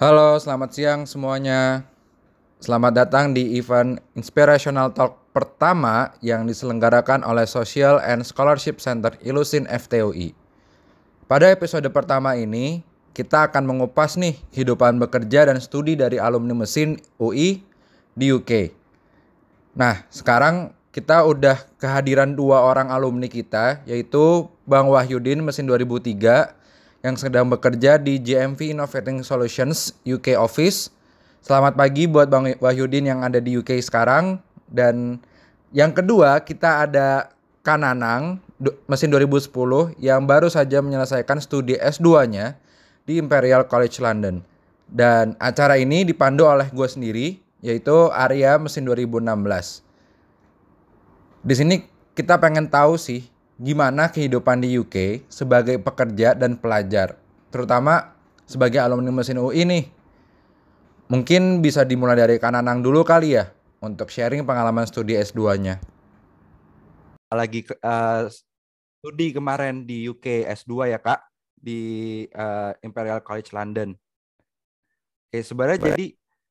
Halo, selamat siang semuanya. Selamat datang di event Inspirational Talk pertama yang diselenggarakan oleh Social and Scholarship Center Ilusin FTUI. Pada episode pertama ini, kita akan mengupas nih kehidupan bekerja dan studi dari alumni mesin UI di UK. Nah, sekarang kita udah kehadiran dua orang alumni kita, yaitu Bang Wahyudin mesin 2003 yang sedang bekerja di JMV Innovating Solutions UK Office. Selamat pagi buat Bang Wahyudin yang ada di UK sekarang. Dan yang kedua kita ada Kananang mesin 2010 yang baru saja menyelesaikan studi S2-nya di Imperial College London. Dan acara ini dipandu oleh gue sendiri, yaitu Arya mesin 2016. Di sini kita pengen tahu sih gimana kehidupan di UK sebagai pekerja dan pelajar, terutama sebagai alumni mesin UI nih. Mungkin bisa dimulai dari Kananang dulu kali ya untuk sharing pengalaman studi S2-nya. Lagi studi kemarin di UK S2 ya Kak, di Imperial College London. Oke, sebenarnya jadi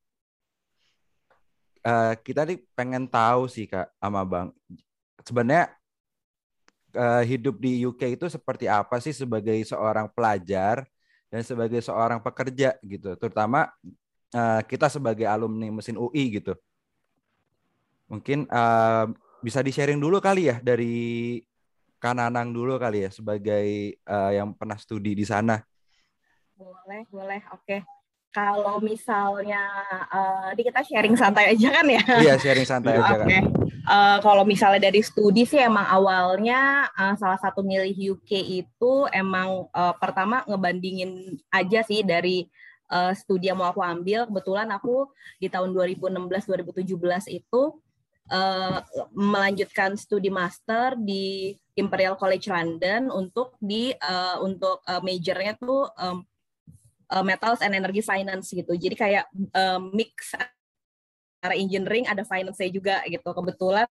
kita nih pengen tahu sih Kak sama Bang, sebenarnya hidup di UK itu seperti apa sih sebagai seorang pelajar dan sebagai seorang pekerja gitu, terutama kita sebagai alumni mesin UI gitu. Mungkin bisa di-sharing dulu kali ya dari Kananang dulu kali ya sebagai yang pernah studi di sana. Boleh, boleh. Oke. Kalau misalnya, ini kita sharing santai aja kan ya? Iya, sharing santai aja Kak. Oke. Kalau misalnya dari studi sih emang awalnya salah satu milih UK itu emang pertama ngebandingin aja sih dari studi yang mau aku ambil. Kebetulan aku di tahun 2016-2017 itu melanjutkan studi master di Imperial College London untuk majornya tuh Metals and Energy Finance gitu. Jadi kayak mix antara engineering ada finance-nya juga gitu. Kebetulan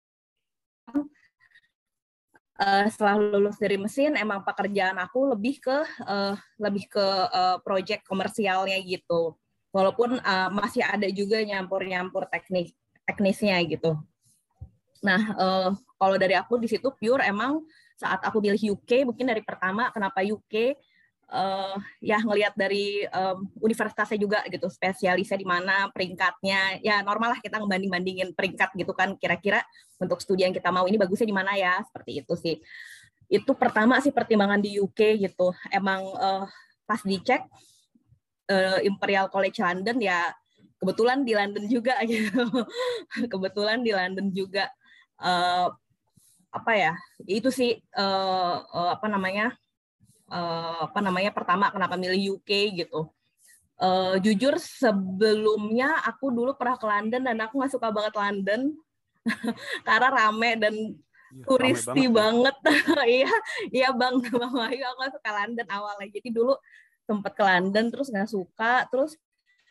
setelah lulus dari mesin emang pekerjaan aku lebih ke project komersialnya gitu. Walaupun masih ada juga nyampur-nyampur teknisnya gitu. Nah, kalau dari aku di situ pure emang saat aku pilih UK, mungkin dari pertama kenapa UK, ya ngelihat dari universitasnya juga gitu, spesialisnya di mana, peringkatnya, ya normal lah kita ngebanding-bandingin peringkat gitu kan, kira-kira untuk studi yang kita mau ini bagusnya di mana ya, seperti itu sih. Itu pertama sih pertimbangan di UK gitu, emang pas dicek Imperial College London ya kebetulan di London juga gitu, kebetulan di London juga. Apa ya itu sih apa namanya pertama kenapa milih UK gitu. Jujur sebelumnya aku dulu pernah ke London dan aku nggak suka banget London karena rame dan turisti banget. Iya iya bang Wahyu, aku nggak suka London awalnya, jadi dulu sempat ke London terus nggak suka, terus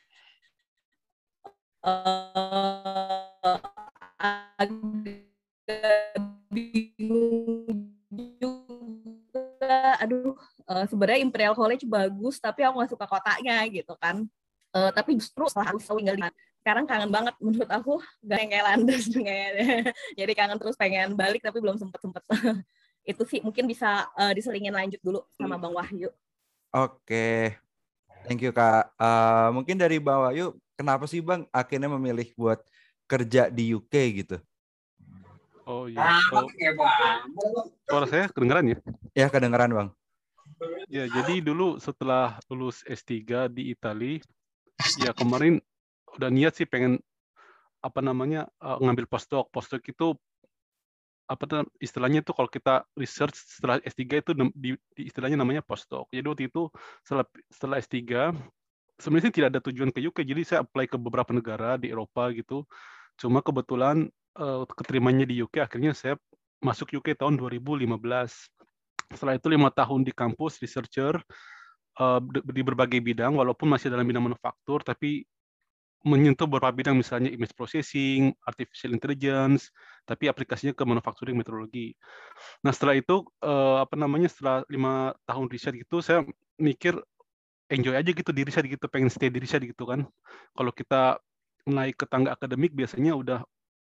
agak bingung juga. Aduh, sebenarnya Imperial College bagus, tapi aku nggak suka kotanya gitu kan. Tapi justru setelah aku tinggal di sekarang kangen banget, menurut aku gak yang kayak landas jadi kangen terus pengen balik tapi belum sempet itu sih mungkin bisa diselingin lanjut dulu sama Bang Wahyu. Oke, thank you Kak. Mungkin dari Bang Wahyu, kenapa sih Bang akhirnya memilih buat kerja di UK gitu? Oh iya, suara saya kedengeran ya? Ya, kedengeran Bang. Ya, jadi dulu setelah lulus S3 di Italia, ya kemarin udah niat sih pengen ngambil postdoc. Postdoc itu istilahnya itu kalau kita research setelah S3 itu di istilahnya namanya postdoc. Jadi waktu itu setelah S3 sebenarnya tidak ada tujuan ke UK, jadi saya apply ke beberapa negara di Eropa gitu. Cuma kebetulan keterimanya di UK, akhirnya saya masuk UK tahun 2015. Setelah itu 5 tahun di kampus researcher di berbagai bidang, walaupun masih dalam bidang manufaktur, tapi menyentuh beberapa bidang, misalnya image processing, artificial intelligence, tapi aplikasinya ke manufacturing metrologi. Nah setelah itu setelah 5 tahun riset gitu, saya mikir enjoy aja gitu di riset gitu, pengen stay di riset gitu kan. Kalau kita naik ke tangga akademik biasanya udah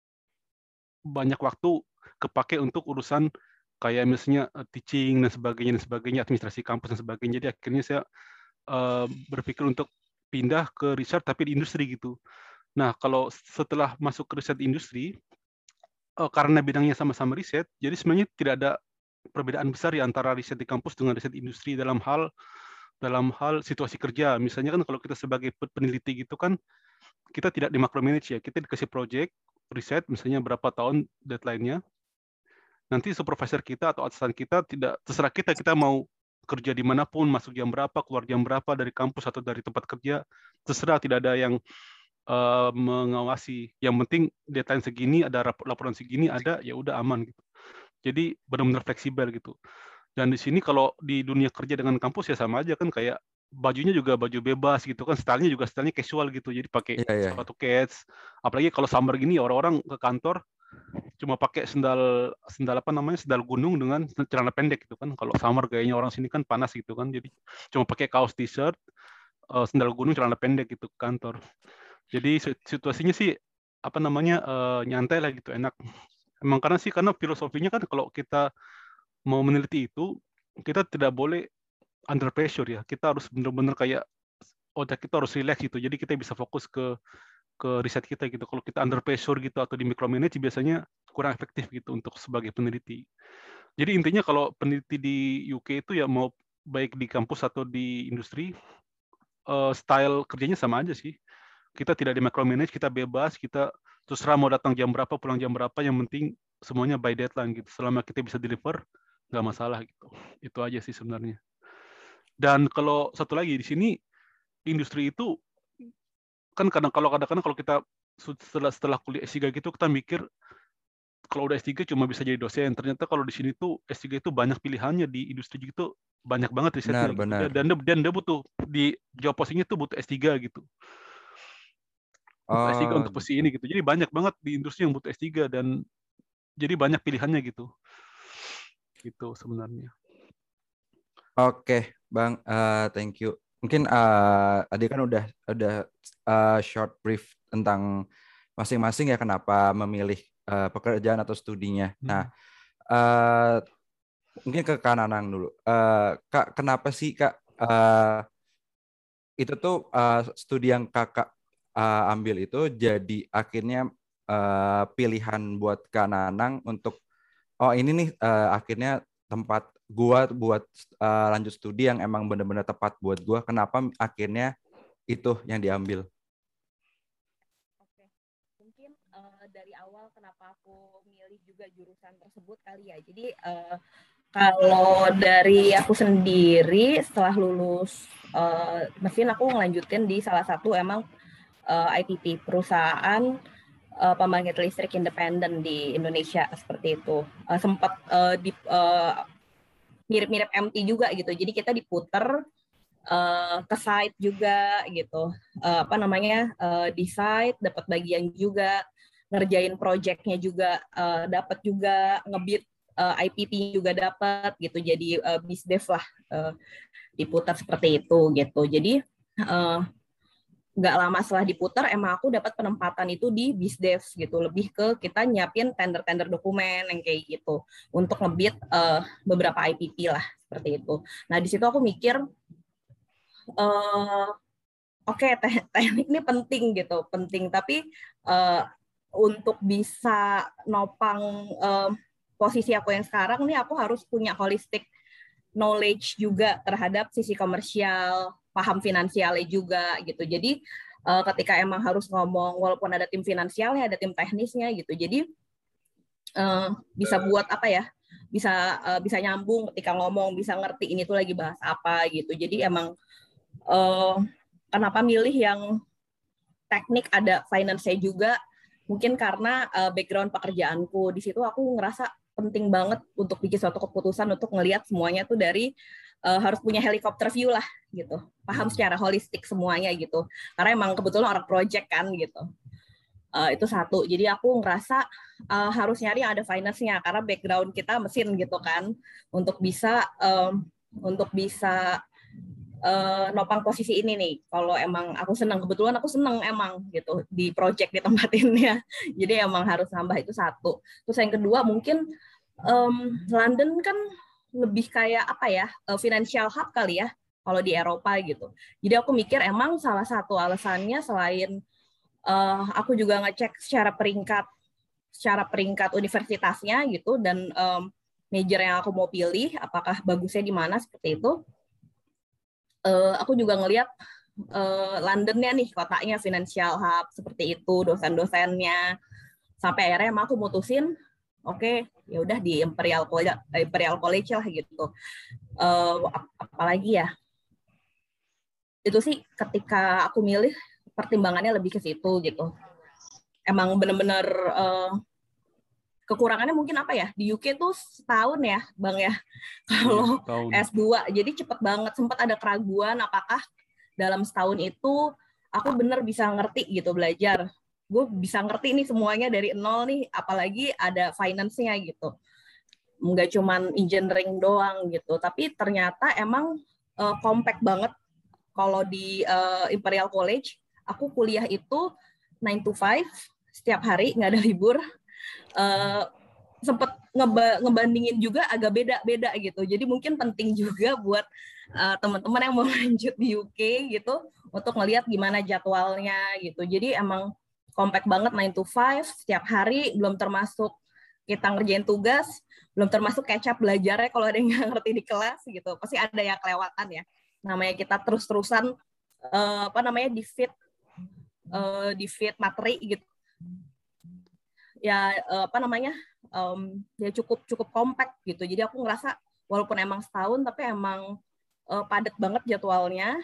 banyak waktu kepake untuk urusan kayak misalnya teaching dan sebagainya, administrasi kampus dan sebagainya. Jadi akhirnya saya berpikir untuk pindah ke riset tapi di industri gitu. Nah, kalau setelah masuk ke riset industri, karena bidangnya sama-sama riset, jadi sebenarnya tidak ada perbedaan besar ya antara riset di kampus dengan riset industri dalam hal situasi kerja. Misalnya kan kalau kita sebagai peneliti gitu kan, kita tidak di micromanage ya, kita dikasih project riset misalnya berapa tahun deadline-nya. Nanti supervisor kita atau atasan kita tidak terserah kita mau kerja dimanapun, masuk jam berapa, keluar jam berapa dari kampus atau dari tempat kerja, terserah, tidak ada yang mengawasi. Yang penting deadline segini, ada laporan segini, ada, ya udah aman gitu. Jadi benar-benar fleksibel gitu. Dan di sini kalau di dunia kerja dengan kampus ya sama aja kan, kayak bajunya juga baju bebas gitu kan, stylenya juga stylenya casual gitu. Jadi pakai sepatu kets. Apalagi kalau summer gini orang-orang ke kantor cuma pakai sendal apa namanya, sendal gunung dengan celana pendek gitu kan. Kalau summer gayanya orang sini kan panas gitu kan. Jadi cuma pakai kaos t-shirt, sendal gunung, celana pendek gitu ke kantor. Jadi situasinya sih apa namanya, nyantai lah gitu, enak. Emang karena filosofinya kan kalau kita mau meneliti itu, kita tidak boleh under pressure ya. Kita harus benar-benar kayak otak kita harus relax gitu. Jadi kita bisa fokus ke riset kita gitu. Kalau kita under pressure gitu atau di micromanage biasanya kurang efektif gitu untuk sebagai peneliti. Jadi intinya kalau peneliti di UK itu ya mau baik di kampus atau di industri, style kerjanya sama aja sih. Kita tidak di micromanage, kita bebas, kita terserah mau datang jam berapa, pulang jam berapa, yang penting semuanya by deadline gitu. Selama kita bisa deliver, nggak masalah gitu. Itu aja sih sebenarnya. Dan kalau satu lagi di sini, industri itu kan kadang-kadang kalau kita setelah kuliah S3 gitu, kita mikir kalau udah S3 cuma bisa jadi dosen. Ternyata kalau di sini tuh S3 itu banyak pilihannya, di industri gitu banyak banget risetnya gitu. Dan dia butuh di job postingnya tuh butuh S3 gitu. Butuh S3 untuk posisi ini gitu. Jadi banyak banget di industri yang butuh S3 dan jadi banyak pilihannya gitu. Gitu sebenarnya. Oke, Bang, thank you. Mungkin tadi kan udah short brief tentang masing-masing ya kenapa memilih pekerjaan atau studinya. Nah, mungkin ke Kak Nanang dulu. Kak, kenapa sih Kak itu tuh studi yang Kakak ambil itu jadi akhirnya pilihan buat Kak Nanang untuk ini nih akhirnya tempat gua buat lanjut studi yang emang benar-benar tepat buat gua. Kenapa akhirnya itu yang diambil? Oke, mungkin dari awal kenapa aku milih juga jurusan tersebut kali ya. Jadi kalau dari aku sendiri setelah lulus mesin, aku ngelanjutin di salah satu emang IPP, perusahaan pembangkit listrik independen di Indonesia seperti itu. Sempat mirip-mirip MT juga gitu. Jadi kita diputer ke site juga gitu. Di site dapat bagian juga, ngerjain projectnya juga dapat juga, ngebit IPP juga dapat gitu. Jadi bisdev lah diputar seperti itu gitu. Jadi nggak lama setelah diputar, emang aku dapat penempatan itu di bisdev gitu, lebih ke kita nyiapin tender dokumen yang kayak gitu untuk ngebit beberapa IPP lah seperti itu. Nah di situ aku mikir oke, teknik ini penting tapi untuk bisa nopang posisi aku yang sekarang nih, aku harus punya holistic knowledge juga terhadap sisi komersial, paham finansialnya juga gitu. Jadi ketika emang harus ngomong, walaupun ada tim finansialnya, ada tim teknisnya gitu. Jadi bisa buat apa ya? Bisa nyambung ketika ngomong, bisa ngerti ini tuh lagi bahas apa gitu. Jadi emang kenapa milih yang teknik, ada finance-nya juga? Mungkin karena background pekerjaanku di situ, aku ngerasa penting banget untuk bikin suatu keputusan untuk ngelihat semuanya tuh dari harus punya helikopter view lah gitu, paham secara holistik semuanya gitu, karena emang kebetulan orang project kan gitu. Itu satu, jadi aku ngerasa harus nyari yang ada finance-nya karena background kita mesin gitu kan, untuk bisa nopang posisi ini nih. Kalau emang aku senang, kebetulan aku senang emang gitu di project ditempatinnya. Jadi emang harus nambah itu satu. Terus yang kedua mungkin London kan lebih kayak apa ya, financial hub kali ya kalau di Eropa gitu. Jadi aku mikir emang salah satu alasannya selain aku juga ngecek secara peringkat universitasnya gitu dan major yang aku mau pilih apakah bagusnya di mana seperti itu. Aku juga ngelihat Londonnya nih kotanya financial hub seperti itu, dosen-dosennya, sampai akhirnya emang aku mutusin oke, ya udah di Imperial College lah gitu. Apalagi ya itu sih ketika aku milih pertimbangannya lebih ke situ gitu. Emang bener-bener kekurangannya mungkin apa ya, di UK tuh setahun ya Bang ya kalau S2, jadi cepet banget. Sempat ada keraguan apakah dalam setahun itu aku bener bisa ngerti gitu belajar. Gue bisa ngerti nih semuanya dari nol nih, apalagi ada finance-nya gitu. Nggak cuman engineering doang gitu, tapi ternyata emang compact banget. Kalau di Imperial College, aku kuliah itu 9 to 5, setiap hari, nggak ada libur. Sempet ngebandingin juga agak beda-beda gitu. Jadi mungkin penting juga buat teman-teman yang mau lanjut di UK gitu untuk ngelihat gimana jadwalnya gitu. Jadi emang compact banget 9 to 5 setiap hari, belum termasuk kita ngerjain tugas, belum termasuk catch-up belajarnya kalau ada yang nggak ngerti di kelas gitu. Pasti ada yang kelewatan ya. Namanya kita terus-terusan di feed materi gitu. Ya ya cukup compact gitu. Jadi aku ngerasa walaupun emang setahun tapi emang padat banget jadwalnya.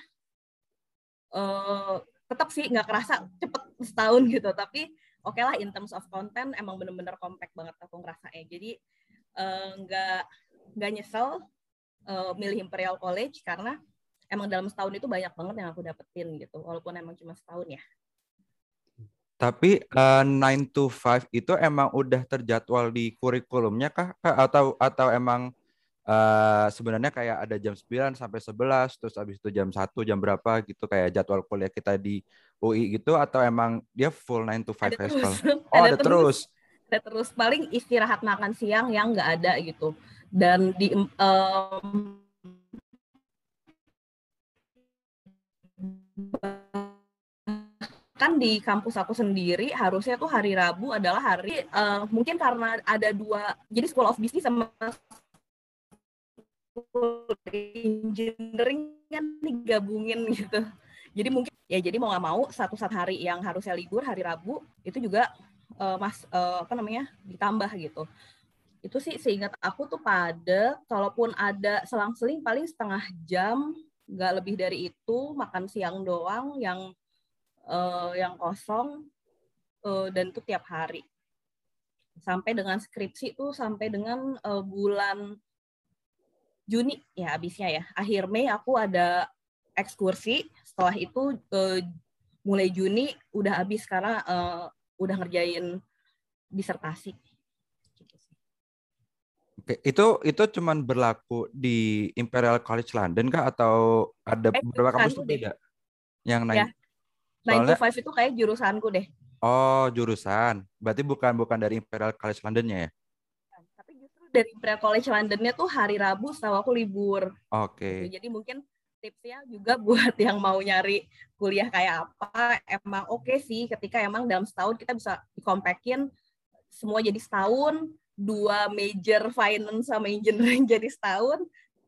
Tetap sih nggak kerasa cepet setahun gitu, tapi oke lah in terms of content emang bener-bener compact banget aku ngerasa ya. Jadi nggak nyesel milih Imperial College karena emang dalam setahun itu banyak banget yang aku dapetin gitu, walaupun emang cuma setahun ya. Tapi 9 to 5 itu emang udah terjadwal di kurikulumnya kah? Atau emang sebenarnya kayak ada jam 9 sampai 11, terus habis itu jam 1, jam berapa gitu kayak jadwal kuliah kita di UI gitu, atau emang dia full 9 to 5 Ada kayak terus. sekolah? Oh, ada terus. Ada terus, paling istirahat makan siang yang nggak ada gitu. Dan di kan di kampus aku sendiri harusnya tuh hari Rabu adalah hari mungkin karena ada dua, jadi School of Business sama engineering kan digabungin gitu. Jadi mungkin ya jadi mau nggak mau satu hari yang harusnya libur hari Rabu itu juga ditambah gitu. Itu sih seingat aku tuh padat, kalaupun ada selang-seling paling setengah jam, nggak lebih dari itu, makan siang doang yang kosong, dan itu tiap hari. Sampai dengan skripsi tuh sampai dengan bulan Juni ya habisnya ya. Akhir Mei aku ada ekskursi, setelah itu mulai Juni udah habis karena udah ngerjain disertasi. Oke, itu cuman berlaku di Imperial College London kah atau ada beberapa kampus tuh beda? Yang ya, 9 to 5 itu kayak jurusanku deh. Oh, jurusan. Berarti bukan dari Imperial College London-nya ya? Tapi justru dari Imperial College London-nya tuh hari Rabu setahu aku libur. Oke. Gitu. Jadi mungkin tipsnya juga buat yang mau nyari kuliah kayak apa, emang oke sih ketika emang dalam setahun kita bisa dikompakin semua jadi setahun, 2 major finance sama engineering jadi setahun.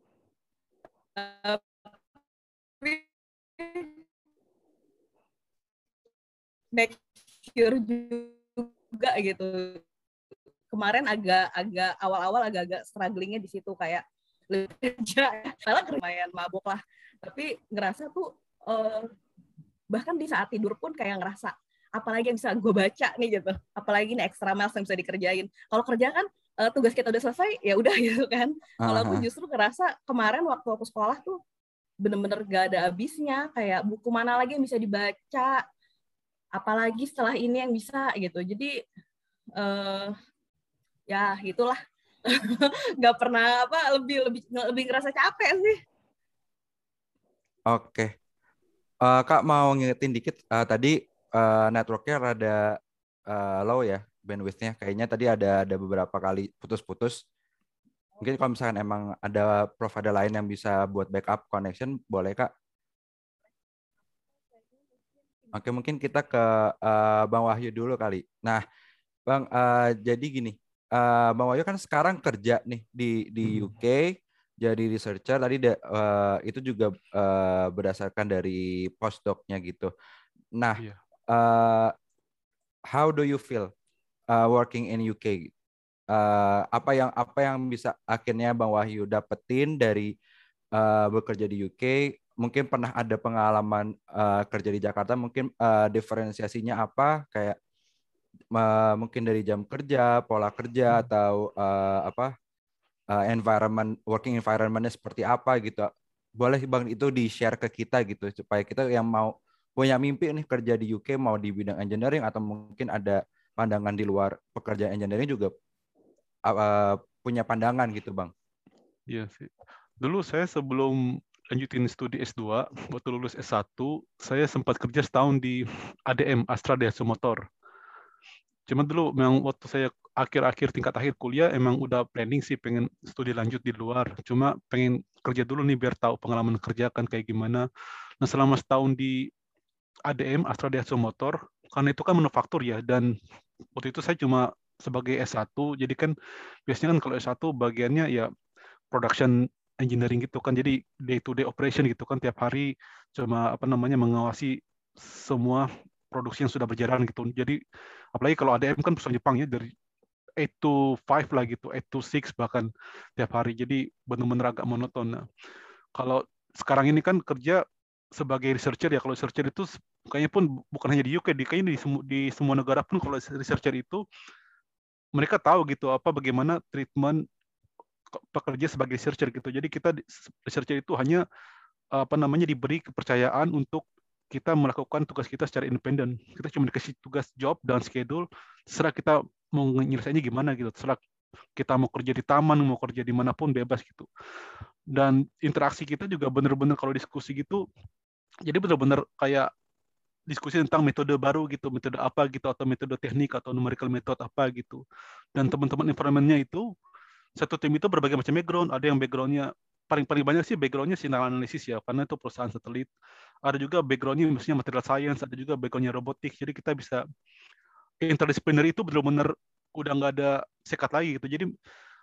Make sure juga gitu. Kemarin agak awal-awal agak strugglingnya di situ kayak kerja, malah lumayan mabuk lah. Tapi ngerasa tuh bahkan di saat tidur pun kayak ngerasa apalagi yang bisa gue baca nih gitu, apalagi nih extra miles yang bisa dikerjain. Kalau kerja kan tugas kita udah selesai ya udah gitu kan. Kalau aku justru ngerasa kemarin waktu aku sekolah tuh bener-bener gak ada habisnya, kayak buku mana lagi yang bisa dibaca, apalagi setelah ini yang bisa gitu. Jadi ya gitulah. Nggak pernah lebih ngerasa capek sih. Oke. Kak mau ngingetin dikit, tadi networknya rada low ya bandwidth-nya. Kayaknya tadi ada beberapa kali putus-putus. Mungkin kalau misalkan emang ada provider lain yang bisa buat backup connection, boleh Kak. Oke, mungkin kita ke Bang Wahyu dulu kali. Nah, Bang, jadi gini, Bang Wahyu kan sekarang kerja nih di UK, jadi researcher. Tadi itu juga berdasarkan dari postdoc-nya gitu. Nah, Iya. how do you feel working in UK? Apa yang bisa akhirnya Bang Wahyu dapetin dari bekerja di UK? Mungkin pernah ada pengalaman kerja di Jakarta, mungkin diferensiasinya apa? Kayak mungkin dari jam kerja, pola kerja, atau working environment-nya seperti apa gitu. Boleh Bang itu di-share ke kita gitu supaya kita yang mau punya mimpi nih kerja di UK mau di bidang engineering atau mungkin ada pandangan di luar pekerjaan engineering juga punya pandangan gitu Bang. Iya sih. Dulu saya sebelum lanjutin studi S2, waktu lulus S1, saya sempat kerja setahun di ADM, Astra Daihatsu Motor. Cuma dulu memang waktu saya akhir tingkat akhir kuliah emang udah planning sih pengen studi lanjut di luar. Cuma pengen kerja dulu nih biar tahu pengalaman kerja kan kayak gimana. Nah selama setahun di ADM, Astra Daihatsu Motor, karena itu kan manufaktur ya, dan waktu itu saya cuma sebagai S1, jadi kan biasanya kan kalau S1 bagiannya ya production engineering gitu kan, jadi day to day operation gitu kan, tiap hari cuma mengawasi semua produksi yang sudah berjalan gitu. Jadi apalagi kalau ADM kan perusahaan Jepang ya, dari 8 to 5 lah gitu, 8 to 6 bahkan tiap hari, jadi benar-benar agak monoton. Nah, kalau sekarang ini kan kerja sebagai researcher ya, kalau researcher itu kayaknya pun bukan hanya di UK, kayaknya di semua negara pun kalau researcher itu mereka tahu gitu bagaimana treatment pekerja sebagai researcher gitu. Jadi kita researcher itu hanya diberi kepercayaan untuk kita melakukan tugas kita secara independen. Kita cuma dikasih tugas job dan schedule, terserah kita mau menyelesaikannya gimana gitu. Terserah kita mau kerja di taman, mau kerja dimanapun bebas gitu. Dan interaksi kita juga benar-benar kalau diskusi gitu, jadi benar-benar kayak diskusi tentang metode baru gitu, metode apa gitu, atau metode teknik atau numerical method apa gitu. Dan teman-teman environment-nya itu, satu tim itu berbagai macam background. Ada yang background-nya paling banyak sih background-nya sinyal analisis ya, karena itu perusahaan satelit. Ada juga background-nya misalnya material science, ada juga background-nya robotik. Jadi kita bisa interdisciplinary itu benar-benar udah nggak ada sekat lagi gitu. Jadi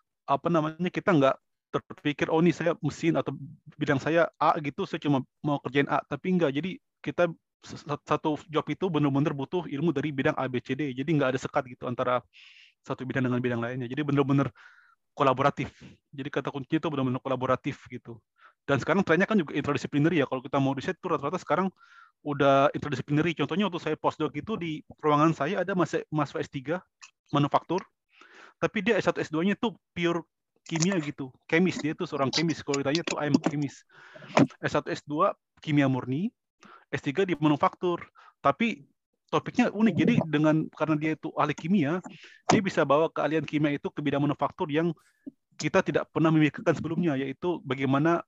kita nggak terpikir oh ini saya mesin atau bidang saya A gitu, saya cuma mau kerjain A, tapi enggak. Jadi kita satu job itu benar-benar butuh ilmu dari bidang A, B, C, D. Jadi nggak ada sekat gitu antara satu bidang dengan bidang lainnya. Jadi benar-benar kolaboratif. Jadi kata kuncinya itu benar-benar kolaboratif gitu. Dan sekarang trennya kan juga interdisciplinary ya. Kalau kita mau riset tuh rata-rata sekarang udah interdisciplinary. Contohnya waktu saya postdoc itu di ruangan saya ada mahasiswa S3 manufaktur, tapi dia S1 S2-nya tuh pure kimia gitu. Kemis, dia tuh seorang kemis. Kalau ditanya tuh I'm a kemis. S1 S2 kimia murni, S3 di manufaktur. Tapi topiknya unik. Jadi karena dia itu ahli kimia, dia bisa bawa keahlian kimia itu ke bidang manufaktur yang kita tidak pernah memikirkan sebelumnya, yaitu bagaimana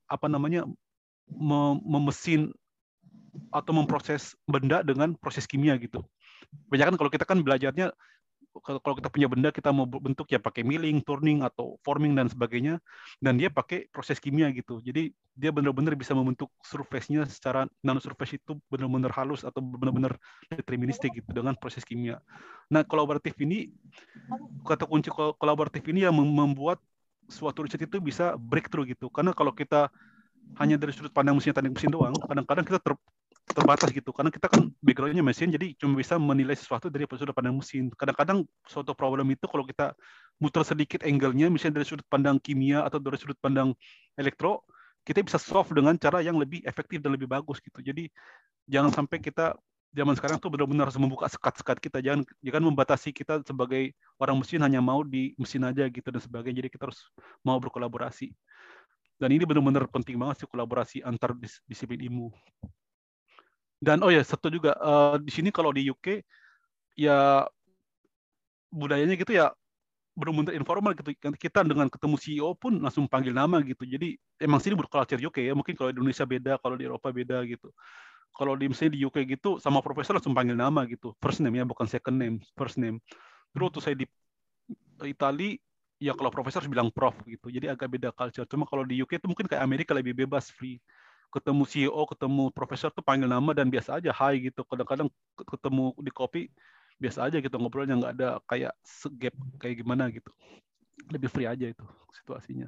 memesin atau memproses benda dengan proses kimia gitu. Banyak kan kalau kita kan belajarnya kalau kita punya benda kita mau bentuk ya pakai milling, turning atau forming dan sebagainya, dan dia pakai proses kimia gitu. Jadi dia benar-benar bisa membentuk surface-nya secara nanosurface itu benar-benar halus atau benar-benar deterministik gitu dengan proses kimia. Nah, kolaboratif ini, kata kunci kolaboratif ini yang membuat suatu riset itu bisa breakthrough gitu. Karena kalau kita hanya dari sudut pandang teknik mesin doang, kadang-kadang kita terbatas gitu, karena kita kan background-nya mesin, jadi cuma bisa menilai sesuatu dari sudut pandang mesin. Kadang-kadang suatu problem itu kalau kita muter sedikit angle-nya, misalnya dari sudut pandang kimia atau dari sudut pandang elektro, kita bisa solve dengan cara yang lebih efektif dan lebih bagus gitu. Jadi jangan sampai kita zaman sekarang tuh benar-benar harus membuka sekat-sekat kita, jangan membatasi kita sebagai orang mesin hanya mau di mesin aja gitu dan sebagainya. Jadi kita harus mau berkolaborasi. Dan ini benar-benar penting banget sih kolaborasi antar disiplin ilmu. Dan oh ya satu juga di sini kalau di UK ya budayanya gitu ya, benar-benar informal gitu. Kita dengan ketemu CEO pun langsung panggil nama gitu. Jadi emang sini culture UK ya. Mungkin kalau di Indonesia beda, kalau di Eropa beda gitu. Kalau di misalnya di UK gitu sama profesor langsung panggil nama gitu. First name ya, bukan second name, first name. Terus tuh saya di Itali ya kalau profesor harus bilang prof gitu. Jadi agak beda culture. Cuma kalau di UK itu mungkin kayak Amerika lebih bebas, free. Ketemu CEO, ketemu profesor tuh panggil nama dan biasa aja hi gitu. Kadang-kadang ketemu di kopi biasa aja gitu ngobrolnya, nggak ada kayak segap kayak gimana gitu. Lebih free aja itu situasinya.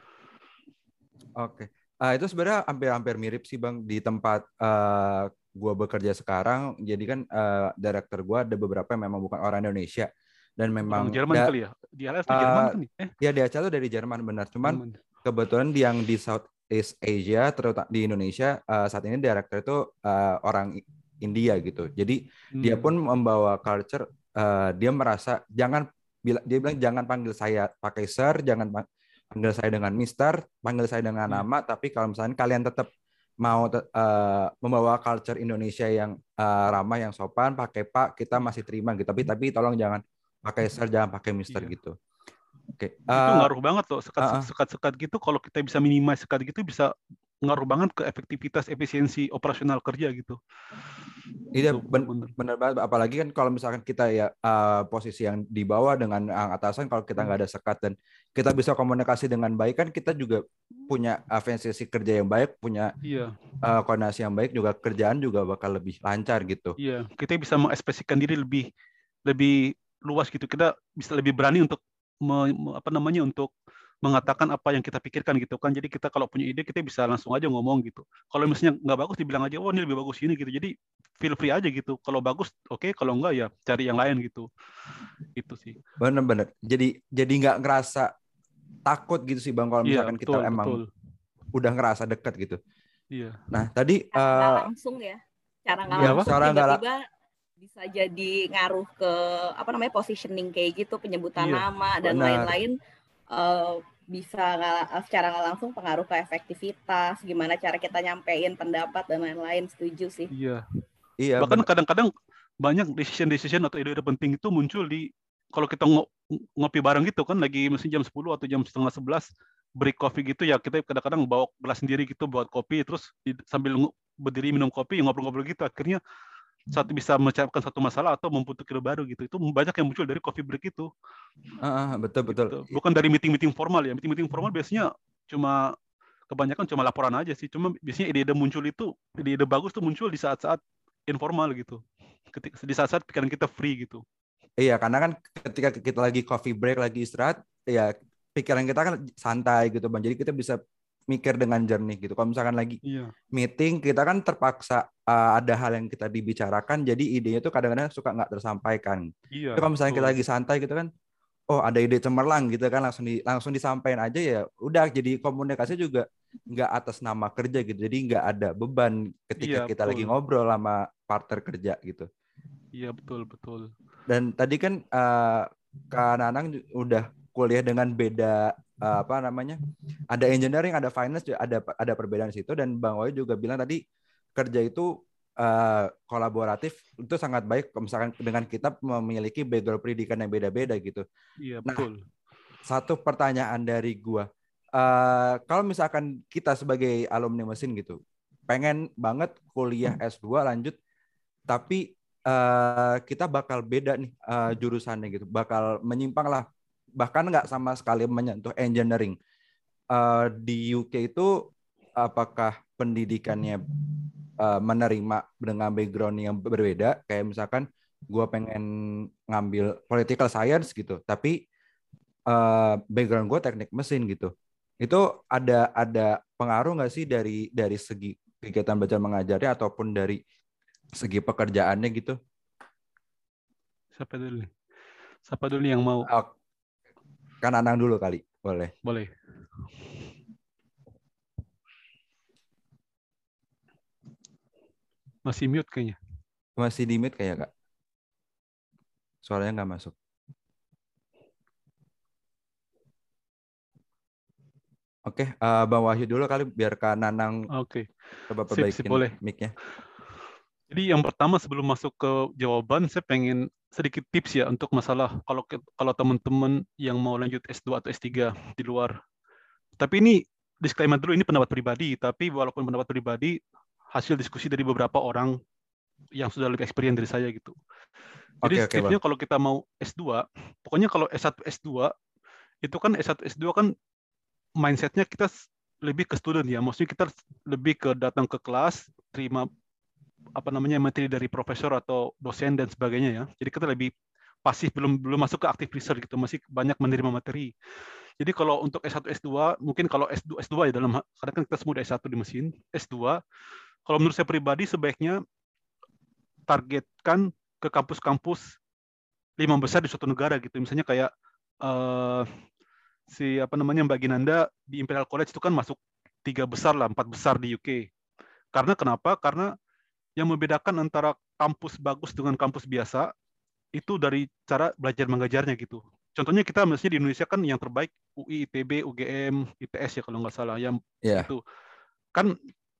Oke. Itu sebenarnya hampir mirip sih Bang di tempat gua bekerja sekarang. Jadi kan director gua ada beberapa yang memang bukan orang Indonesia dan Orang memang Jerman kali ya? Di LS tuh Jerman kan nih? Ya dia tuh dari Jerman benar. Cuman Jerman. kebetulan yang di Southeast Asia terutama di Indonesia saat ini director itu orang India gitu. Jadi dia pun membawa culture dia merasa dia bilang jangan panggil saya pakai sir, jangan panggil saya dengan Mister, panggil saya dengan nama, tapi kalau misalnya kalian tetap mau membawa culture Indonesia yang ramah, yang sopan, pakai Pak, kita masih terima gitu. Tapi tolong jangan pakai sir, jangan pakai Mister gitu. Oke. Itu ngaruh banget loh, sekat gitu. Kalau kita bisa minimize sekat gitu, bisa ngaruh banget ke efektivitas, efisiensi operasional kerja gitu. Iya benar banget. Apalagi kan kalau misalkan kita ya posisi yang di bawah dengan atasan, kalau kita nggak ada sekat dan kita bisa komunikasi dengan baik, kan kita juga punya efisiensi kerja yang baik, punya koordinasi yang baik, juga kerjaan juga bakal lebih lancar gitu. Iya, kita bisa mengekspresikan diri lebih luas gitu. Kita bisa lebih berani untuk untuk mengatakan apa yang kita pikirkan gitu kan. Jadi kita kalau punya ide kita bisa langsung aja ngomong gitu. Kalau misalnya nggak bagus dibilang aja, oh ini lebih bagus ini gitu. Jadi feel free aja gitu. Kalau bagus oke, kalau enggak ya cari yang lain gitu. Itu sih. Bener. Jadi nggak ngerasa takut gitu sih Bang kalau misalkan kita emang udah ngerasa dekat gitu. Iya. Nah tadi nggak langsung ya. Cara nggak langsung tiba-tiba bisa jadi ngaruh ke positioning kayak gitu, penyebutan nama dan lain-lain. Bisa secara nggak langsung pengaruh ke efektivitas, gimana cara kita nyampein pendapat dan lain-lain. Setuju sih. Iya. Bahkan kadang-kadang banyak decision atau ide-ide penting itu muncul di kalau kita ngopi bareng gitu kan, lagi mesin jam 10 atau jam setengah 11 break coffee gitu ya, kita kadang-kadang bawa gelas sendiri gitu buat kopi, terus sambil berdiri minum kopi ngobrol-ngobrol gitu, akhirnya satu bisa mencapaikan satu masalah atau membentuk ide baru gitu. Itu banyak yang muncul dari coffee break itu. Betul. Gitu. Bukan dari meeting formal ya. Meeting formal biasanya kebanyakan cuma laporan aja sih. Cuma biasanya ide-ide muncul itu, ide-ide bagus tuh muncul di saat-saat informal gitu. Di saat-saat pikiran kita free gitu. Iya, karena kan ketika kita lagi coffee break, lagi istirahat, ya pikiran kita kan santai gitu Bang. Jadi kita bisa mikir dengan jernih gitu. Kalau misalkan lagi meeting, kita kan terpaksa ada hal yang kita dibicarakan, jadi idenya tuh kadang-kadang suka nggak tersampaikan. Tapi kalau misalnya kita lagi santai gitu kan, oh ada ide cemerlang gitu kan, langsung disampaikan aja ya. Udah, jadi komunikasi juga nggak atas nama kerja gitu. Jadi nggak ada beban ketika kita lagi ngobrol sama partner kerja gitu. Iya betul. Dan tadi kan Kak Nanang udah kuliah dengan beda ada engineering, ada finance, ada perbedaan di situ. Dan Bang Wahyu juga bilang tadi kerja itu kolaboratif, itu sangat baik misalkan dengan kita memiliki background pendidikan yang beda-beda gitu. Iya betul. Satu pertanyaan dari gua, kalau misalkan kita sebagai alumni mesin gitu pengen banget kuliah S2 lanjut, tapi kita bakal beda nih jurusannya gitu, bakal menyimpang lah, bahkan nggak sama sekali menyentuh engineering. Di UK itu apakah pendidikannya menerima dengan background yang berbeda? Kayak misalkan gue pengen ngambil political science gitu, tapi background gue teknik mesin gitu. Itu ada pengaruh nggak sih dari segi kegiatan belajar mengajarnya ataupun dari segi pekerjaannya gitu? Siapa dulu yang mau? Kan Anang dulu kali, boleh. Masih mute kayaknya. Masih di mute kayak Kak. Suaranya nggak masuk. Oke, Bang Wahyu dulu kali, biar Kak Nanang coba perbaikin mic-nya. Jadi yang pertama sebelum masuk ke jawaban, saya pengen sedikit tips ya untuk masalah kalau teman-teman yang mau lanjut S2 atau S3 di luar. Tapi ini disclaimer dulu, ini pendapat pribadi, tapi walaupun pendapat pribadi, hasil diskusi dari beberapa orang yang sudah lebih experience dari saya gitu. Jadi Oke, tipsnya Bang. kalau kita mau S2, pokoknya kalau S1, S2, itu kan S1, S2 kan mindsetnya kita lebih ke student ya, maksudnya kita lebih ke datang ke kelas, terima materi dari profesor atau dosen dan sebagainya ya. Jadi kita lebih pasif, belum masuk ke active research gitu, masih banyak menerima materi. Jadi kalau untuk S1, S2, mungkin kalau S2 ya karena kan kita semua udah S1 di mesin, S2, kalau menurut saya pribadi sebaiknya targetkan ke kampus-kampus 5 besar di suatu negara gitu. Misalnya kayak Mbak Ginanda di Imperial College itu kan masuk 3 besar lah, 4 besar di UK. Karena kenapa? Karena yang membedakan antara kampus bagus dengan kampus biasa itu dari cara belajar mengajarnya gitu. Contohnya kita misalnya di Indonesia kan yang terbaik UI, ITB, UGM, ITS ya kalau nggak salah, yang itu kan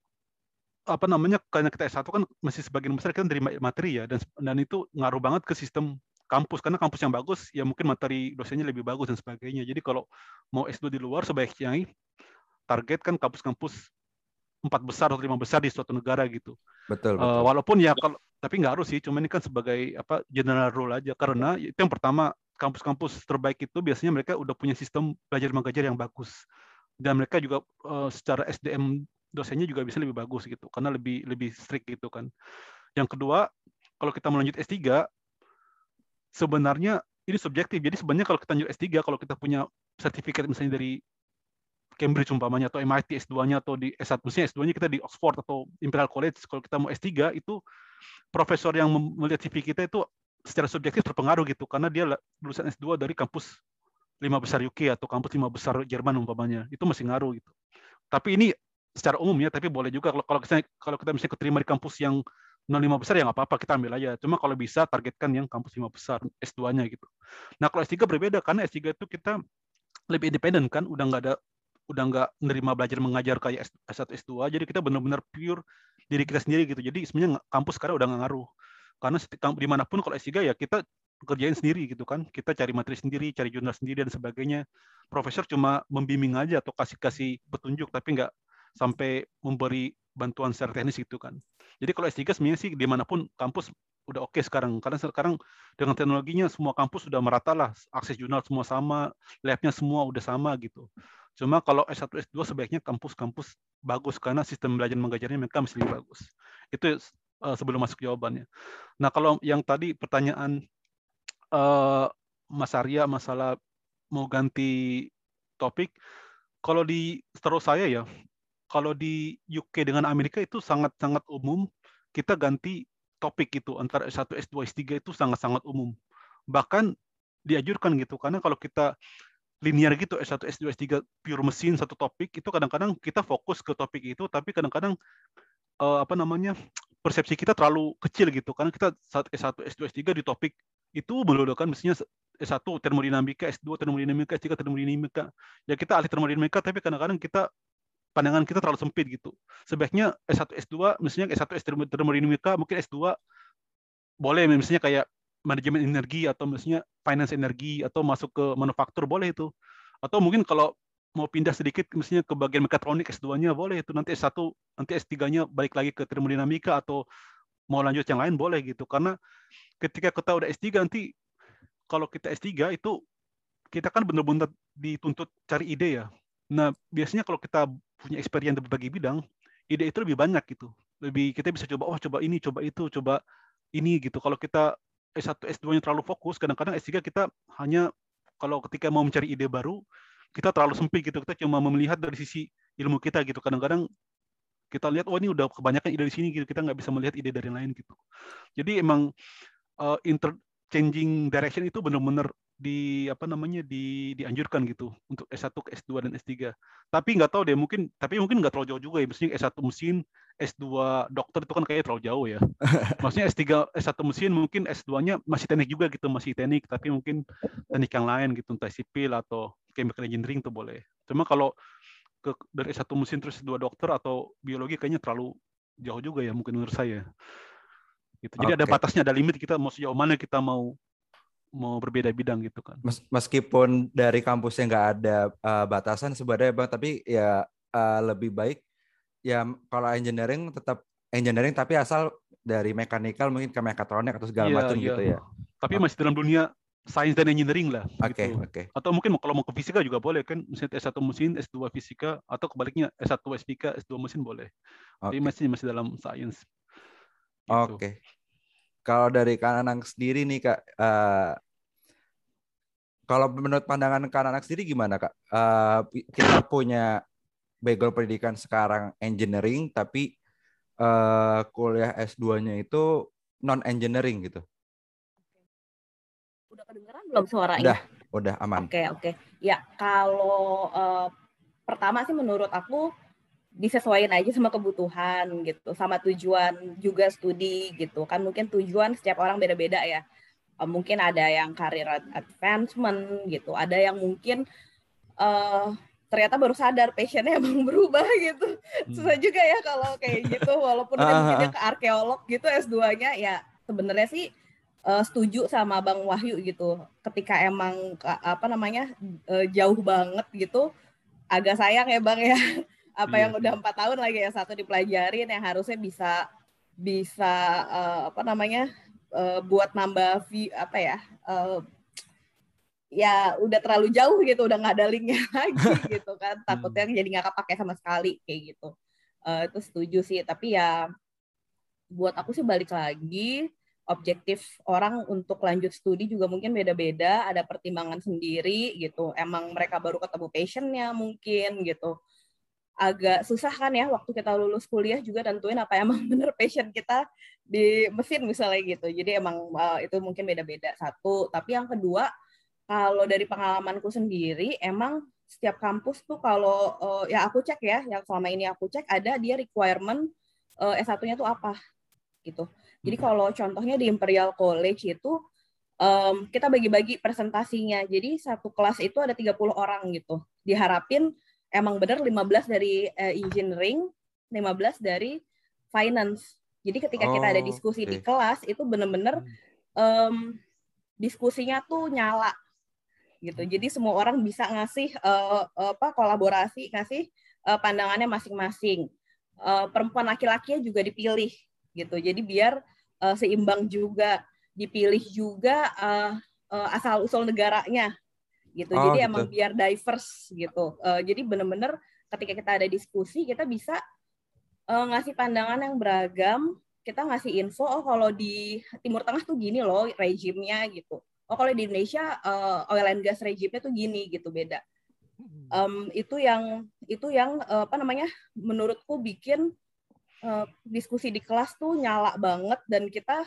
karena kita S1 kan masih sebagian besar kita dari materi ya, dan itu ngaruh banget ke sistem kampus, karena kampus yang bagus ya mungkin materi dosennya lebih bagus dan sebagainya. Jadi kalau mau S2 di luar sebaiknya target kan kampus-kampus 4 besar atau 5 besar di suatu negara gitu. Betul. Walaupun ya tapi nggak harus sih, cuma ini kan sebagai general rule aja, karena itu yang pertama, kampus-kampus terbaik itu biasanya mereka udah punya sistem belajar mengajar yang bagus, dan mereka juga secara SDM dosennya juga bisa lebih bagus gitu, karena lebih strict gitu kan. Yang kedua, kalau kita mau lanjut S3, sebenarnya ini subjektif. Jadi sebenarnya kalau kita lanjut S3, kalau kita punya sertifikat misalnya dari Cambridge umpamanya, atau MIT S2-nya, atau di S1, misalnya S2-nya kita di Oxford atau Imperial College, kalau kita mau S3 itu profesor yang melihat CV kita itu secara subjektif terpengaruh gitu, karena dia lulusan S2 dari kampus 5 besar UK atau kampus 5 besar Jerman umpamanya, itu masih ngaruh gitu. Tapi ini secara umum ya, tapi boleh juga kalau kita misalnya keterima di kampus yang 5 besar ya nggak apa-apa, kita ambil aja. Cuma kalau bisa targetkan yang kampus 5 besar S2-nya gitu. Nah kalau S3 berbeda, karena S3 itu kita lebih independen kan, udah nggak nerima belajar mengajar kayak S1, S2, jadi kita benar-benar pure diri kita sendiri gitu. Jadi sebenarnya kampus sekarang udah nggak ngaruh, karena dimanapun kalau S3 ya kita kerjain sendiri gitu kan, kita cari materi sendiri, cari jurnal sendiri dan sebagainya. Profesor cuma membimbing aja atau kasih petunjuk, tapi nggak sampai memberi bantuan secara teknis gitu kan. Jadi kalau S3 sebenarnya sih dimanapun kampus udah oke sekarang, karena sekarang dengan teknologinya semua kampus sudah merata lah, akses jurnal semua sama, labnya semua udah sama gitu. Cuma kalau S1, S2 sebaiknya kampus-kampus bagus, karena sistem belajar mengajarnya mereka mesti lebih bagus. Itu sebelum masuk jawabannya. Nah kalau yang tadi pertanyaan Mas Arya masalah mau ganti topik, kalau di setahu saya ya, kalau di UK dengan Amerika itu sangat-sangat umum kita ganti topik gitu, antara S1, S2, S3 itu sangat-sangat umum. Bahkan dianjurkan gitu, karena kalau kita linear gitu, S1, S2, S3 pure mesin satu topik, itu kadang-kadang kita fokus ke topik itu, tapi kadang-kadang persepsi kita terlalu kecil gitu, karena kita saat S1, S2, S3 di topik itu melulu kan, mestinya S1 termodinamika, S2 termodinamika, S3 termodinamika. Ya kita ahli termodinamika, tapi kadang-kadang pandangan kita terlalu sempit gitu. Sebaiknya S1, S2, misalnya S1 termodinamika, mungkin S2 boleh misalnya kayak manajemen energi, atau misalnya finance energi, atau masuk ke manufaktur boleh itu. Atau mungkin kalau mau pindah sedikit misalnya ke bagian mekatronik, S2-nya boleh itu, nanti S1, nanti S3-nya balik lagi ke termodinamika, atau mau lanjut yang lain boleh gitu. Karena ketika kita udah S3 nanti, kalau kita S3 itu kita kan benar-benar dituntut cari ide ya. Nah, biasanya kalau kita punya experience di berbagai bidang, ide itu lebih banyak gitu. Lebih kita bisa coba ini, coba itu, coba ini gitu. Kalau kita S1, S2-nya terlalu fokus, kadang-kadang S3 kita hanya kalau ketika mau mencari ide baru, kita terlalu sempit gitu. Kita cuma melihat dari sisi ilmu kita gitu. Kadang-kadang kita lihat, ini udah kebanyakan ide di sini gitu. Kita nggak bisa melihat ide dari lain gitu. Jadi emang interchanging direction itu benar-benar dianjurkan gitu untuk S1 ke S2 dan S3. Tapi nggak tahu deh, mungkin nggak terlalu jauh juga ya. Maksudnya S1 mesin, S2 dokter itu kan kayaknya terlalu jauh ya. Maksudnya S1 mesin, mungkin S2-nya masih teknik juga gitu, masih teknik, tapi mungkin teknik yang lain gitu, entah sipil atau chemical engineering tuh boleh. Cuma kalau dari S1 mesin terus S2 dokter atau biologi kayaknya terlalu jauh juga ya mungkin menurut saya. Gitu. Jadi ada Oke. batasnya, ada limit kita mau sejauh mana kita mau berbeda bidang gitu kan. Meskipun dari kampusnya nggak ada batasan sebenarnya Bang, tapi ya lebih baik ya kalau engineering tetap engineering tapi asal dari mekanikal mungkin ke mekatronik atau segala Iya, macam iya. gitu ya. Tapi masih dalam dunia sains dan engineering lah Oke, gitu. oke. Atau mungkin kalau mau ke fisika juga boleh kan, misalnya S1 mesin, S2 fisika, atau kebaliknya S1 fisika, S2 mesin boleh. Tapi Oke. masih dalam sains. Gitu. Oke. Kalau dari Kak Nanang sendiri nih Kak, kalau menurut pandangan Kak Nanang sendiri gimana Kak? Kita punya background pendidikan sekarang engineering, tapi kuliah S2-nya itu non-engineering gitu. Udah kedengeran belum suaranya? Udah aman. Oke. Ya, kalau pertama sih menurut aku disesuaikan aja sama kebutuhan gitu, sama tujuan juga studi gitu. Kan mungkin tujuan setiap orang beda-beda ya. Mungkin ada yang career advancement gitu, ada yang mungkin ternyata baru sadar passionnya emang berubah gitu. Susah juga ya kalau kayak gitu, walaupun mungkin dia ke arkeolog gitu S2-nya, ya sebenarnya sih setuju sama Bang Wahyu gitu. Ketika emang jauh banget gitu, agak sayang ya Bang ya. Apa yang udah 4 tahun lagi ya satu dipelajarin yang harusnya bisa buat nambah ya udah terlalu jauh gitu, udah nggak ada linknya lagi gitu kan, takutnya jadi nggak kepake sama sekali kayak gitu. Itu setuju sih, tapi ya buat aku sih balik lagi, objektif orang untuk lanjut studi juga mungkin beda-beda, ada pertimbangan sendiri gitu. Emang mereka baru ketemu passionnya mungkin gitu. Agak susah kan ya waktu kita lulus kuliah juga tentuin apa emang bener passion kita di mesin misalnya gitu. Jadi emang itu mungkin beda-beda satu. Tapi yang kedua, kalau dari pengalamanku sendiri, emang setiap kampus tuh kalau ya aku cek ya, yang selama ini aku cek ada dia requirement S1-nya tuh apa gitu. Jadi kalau contohnya di Imperial College itu kita bagi-bagi presentasinya. Jadi satu kelas itu ada 30 orang gitu. Diharapin emang benar 15 dari engineering, 15 dari finance. Jadi ketika kita ada diskusi di kelas itu benar-benar diskusinya tuh nyala gitu. Jadi semua orang bisa ngasih kolaborasi, ngasih pandangannya masing-masing. Perempuan laki-lakinya juga dipilih gitu. Jadi biar seimbang juga, dipilih juga asal usul negaranya gitu. Jadi emang biar diverse gitu. Jadi benar-benar ketika kita ada diskusi kita bisa ngasih pandangan yang beragam, kita ngasih info, oh kalau di Timur Tengah tuh gini loh regimenya gitu. Oh kalau di Indonesia oil and gas regimenya tuh gini gitu, beda. Itu yang menurutku bikin diskusi di kelas tuh nyala banget dan kita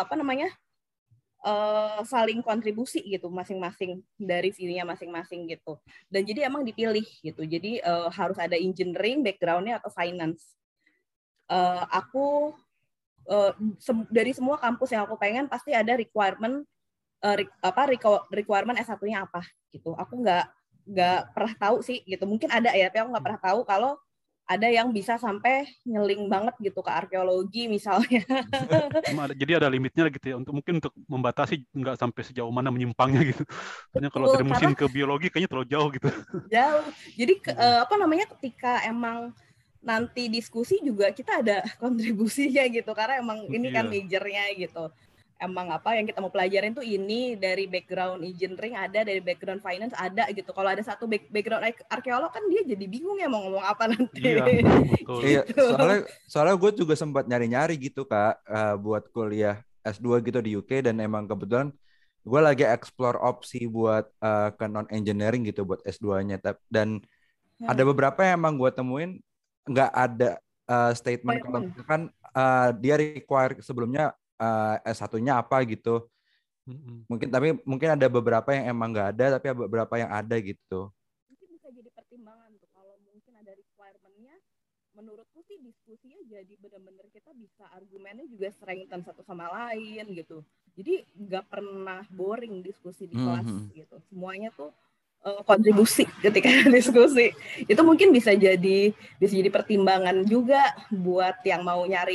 saling kontribusi gitu masing-masing dari view-nya masing-masing gitu. Dan jadi emang dipilih gitu. Jadi harus ada engineering background-nya atau finance. Aku dari semua kampus yang aku pengen pasti ada requirement requirement S1-nya apa gitu. Aku nggak pernah tahu sih gitu. Mungkin ada ya, tapi aku nggak pernah tahu kalau ada yang bisa sampai nyeling banget gitu ke arkeologi misalnya. Jadi ada limitnya gitu ya, mungkin untuk membatasi nggak sampai sejauh mana menyimpangnya gitu. Soalnya kalau dari mesin ke biologi kayaknya terlalu jauh gitu. Jauh. Jadi ketika emang nanti diskusi juga kita ada kontribusinya gitu, karena emang ini kan majornya gitu. Emang apa yang kita mau pelajarin tuh ini dari background engineering ada, dari background finance ada gitu. Kalau ada satu background arkeolog kan dia jadi bingung ya mau ngomong apa nanti. Iya, betul. Gitu. Soalnya gue juga sempat nyari-nyari gitu Kak, buat kuliah S2 gitu di UK, dan emang kebetulan gue lagi explore opsi buat ke non-engineering gitu buat S2-nya. Dan ada beberapa yang emang gue temuin nggak ada statement kalau misalkan dia require sebelumnya S1-nya apa gitu. Mungkin ada beberapa yang emang nggak ada, tapi ada beberapa yang ada gitu. Mungkin bisa jadi pertimbangan tuh kalau mungkin ada requirement-nya. Menurutku sih diskusinya jadi benar-benar kita bisa argumennya juga strengthen satu sama lain gitu. Jadi nggak pernah boring diskusi di kelas gitu. Semuanya tuh kontribusi ketika diskusi. Itu mungkin bisa jadi pertimbangan juga buat yang mau nyari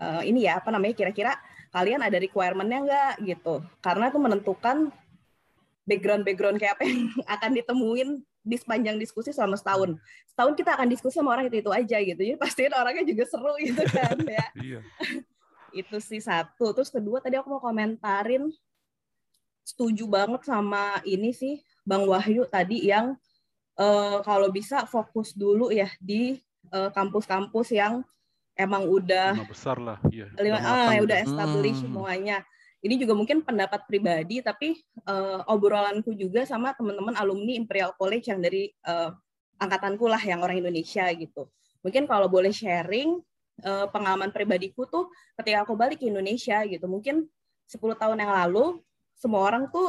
ini ya, apa namanya, kira-kira kalian ada requirement-nya nggak gitu. Karena itu menentukan background kayak apa yang akan ditemuin di sepanjang diskusi selama setahun. Setahun kita akan diskusi sama orang itu aja gitu. Jadi pastiin orangnya juga seru gitu kan ya. Iya. Itu sih satu. Terus kedua tadi aku mau komentarin, setuju banget sama ini sih Bang Wahyu tadi yang kalau bisa fokus dulu ya di kampus-kampus yang emang udah 5 besar lah, iya. udah establish semuanya. Ini juga mungkin pendapat pribadi, tapi obrolanku juga sama teman-teman alumni Imperial College yang dari angkatanku lah, yang orang Indonesia gitu. Mungkin kalau boleh sharing pengalaman pribadiku tuh ketika aku balik ke Indonesia gitu, mungkin 10 tahun yang lalu semua orang tuh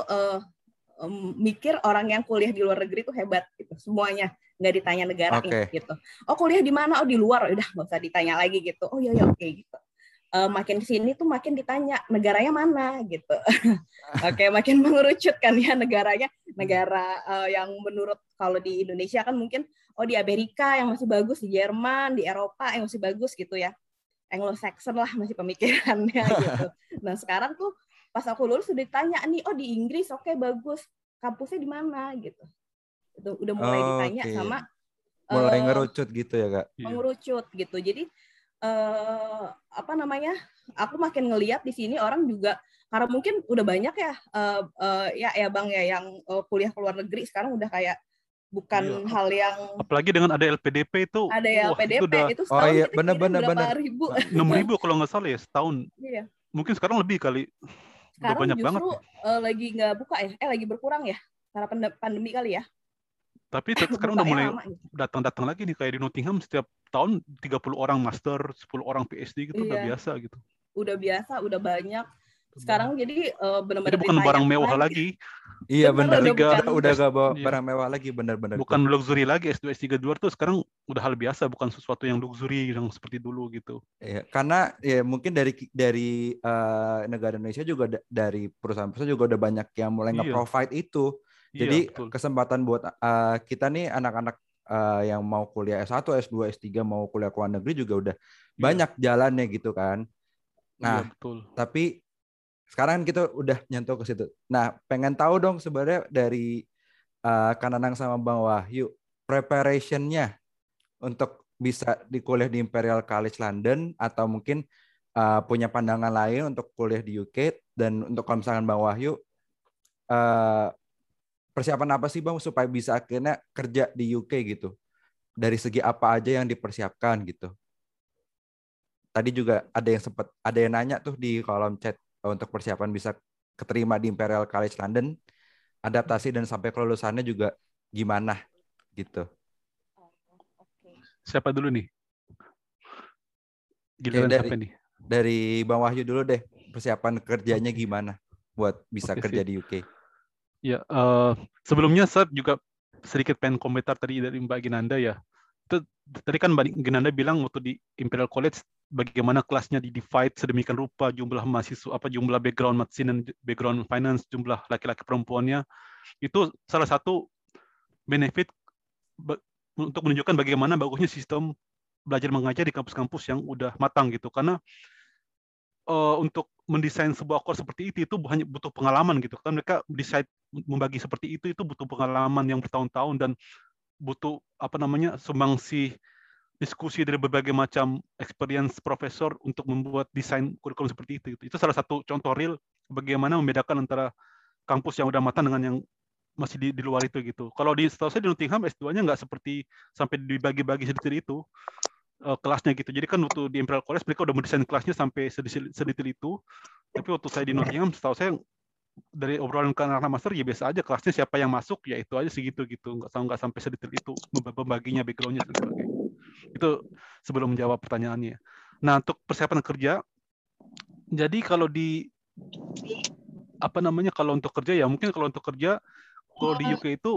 mikir orang yang kuliah di luar negeri tuh hebat gitu, semuanya nggak ditanya negaranya gitu. Oh kuliah di mana? Oh di luar, udah nggak usah ditanya lagi gitu. Oh iya oke gitu. Makin kesini tuh makin ditanya negaranya mana gitu. Oke, makin mengerucut kan ya negaranya. Negara yang menurut kalau di Indonesia kan mungkin di Amerika yang masih bagus, di Jerman, di Eropa yang masih bagus gitu ya. Anglo-Saxon lah masih pemikirannya gitu. Nah sekarang tuh pas aku lulus sudah ditanya nih, di Inggris oke, bagus, kampusnya di mana gitu. Itu udah mulai ditanya sama mulai ngerucut gitu ya Kak. Mengerucut gitu. Jadi apa namanya? Aku makin ngelihat di sini orang juga, karena mungkin udah banyak ya ya Bang ya yang kuliah ke luar negeri sekarang udah kayak bukan hal yang, apalagi dengan ada LPDP itu. Ada ya LPDP itu setahun kita kirim berapa ribu? 6.000 kalau nggak salah ya setahun. Iya. Mungkin sekarang lebih kali. Sekarang banyak justru banget. Lagi nggak buka ya? Lagi berkurang ya? Karena pandemi kali ya? Tapi sekarang udah mulai datang-datang lagi nih, kayak di Nottingham setiap tahun 30 orang master, 10 orang PhD gitu. Udah biasa gitu. Udah biasa, udah banyak. Sekarang jadi benar-benar bukan barang mewah lagi. Iya benar. Udah gak bawa barang mewah lagi, benar-benar. Bukan luxury lagi. S2, S3 di luar tuh sekarang udah hal biasa, bukan sesuatu yang luxury yang seperti dulu gitu. Iya, karena ya mungkin dari negara Indonesia juga, dari perusahaan-perusahaan juga udah banyak yang mulai nge-provide itu. Jadi kesempatan buat kita nih anak-anak yang mau kuliah S1, S2, S3 mau kuliah ke luar negeri juga udah banyak jalannya gitu kan. Nah, tapi sekarang kita udah nyentuh ke situ. Nah, pengen tahu dong sebenarnya dari Kak Nanang sama Bang Wahyu, preparation-nya untuk bisa di kuliah di Imperial College London, atau mungkin punya pandangan lain untuk kuliah di UK. Dan untuk kalau misalkan Bang Wahyu, persiapan apa sih Bang supaya bisa akhirnya kerja di UK gitu? Dari segi apa aja yang dipersiapkan gitu? Tadi juga ada yang nanya tuh di kolom chat, untuk persiapan bisa keterima di Imperial College London, adaptasi dan sampai kelulusannya juga gimana gitu. Siapa dulu nih? Siapa nih? Dari Bang Wahyu dulu deh, persiapan kerjanya gimana buat bisa kerja di UK? Ya, sebelumnya saya juga sedikit pengen komentar tadi dari Mbak Ginanda ya. Tadi kan Mbak Ginanda bilang waktu di Imperial College bagaimana kelasnya di-divide sedemikian rupa, jumlah mahasiswa, jumlah background medicine dan background finance, jumlah laki-laki perempuannya. Itu salah satu benefit untuk menunjukkan bagaimana bagusnya sistem belajar mengajar di kampus-kampus yang udah matang gitu. Karena untuk mendesain sebuah course seperti itu hanya butuh pengalaman gitu kan. Mereka desain membagi seperti itu butuh pengalaman yang bertahun-tahun dan butuh sumbangsi diskusi dari berbagai macam experience profesor untuk membuat desain kurikulum seperti itu. Itu salah satu contoh real bagaimana membedakan antara kampus yang udah matang dengan yang masih di luar itu gitu. Kalau setahu saya di Nottingham S2-nya nggak seperti sampai dibagi-bagi sedetail itu kelasnya gitu. Jadi kan waktu di Imperial College mereka udah mendesain kelasnya sampai sedetail itu. Tapi waktu saya di Nottingham, setahu saya dari obrolan ke anak master ya biasa aja, kelasnya siapa yang masuk ya itu aja segitu gitu, nggak sampai sedetail itu membaginya backgroundnya dan sebagainya. Itu sebelum menjawab pertanyaannya. Nah, untuk persiapan kerja, jadi kalau kalau untuk kerja ya mungkin kalau untuk kerja kalau di UK itu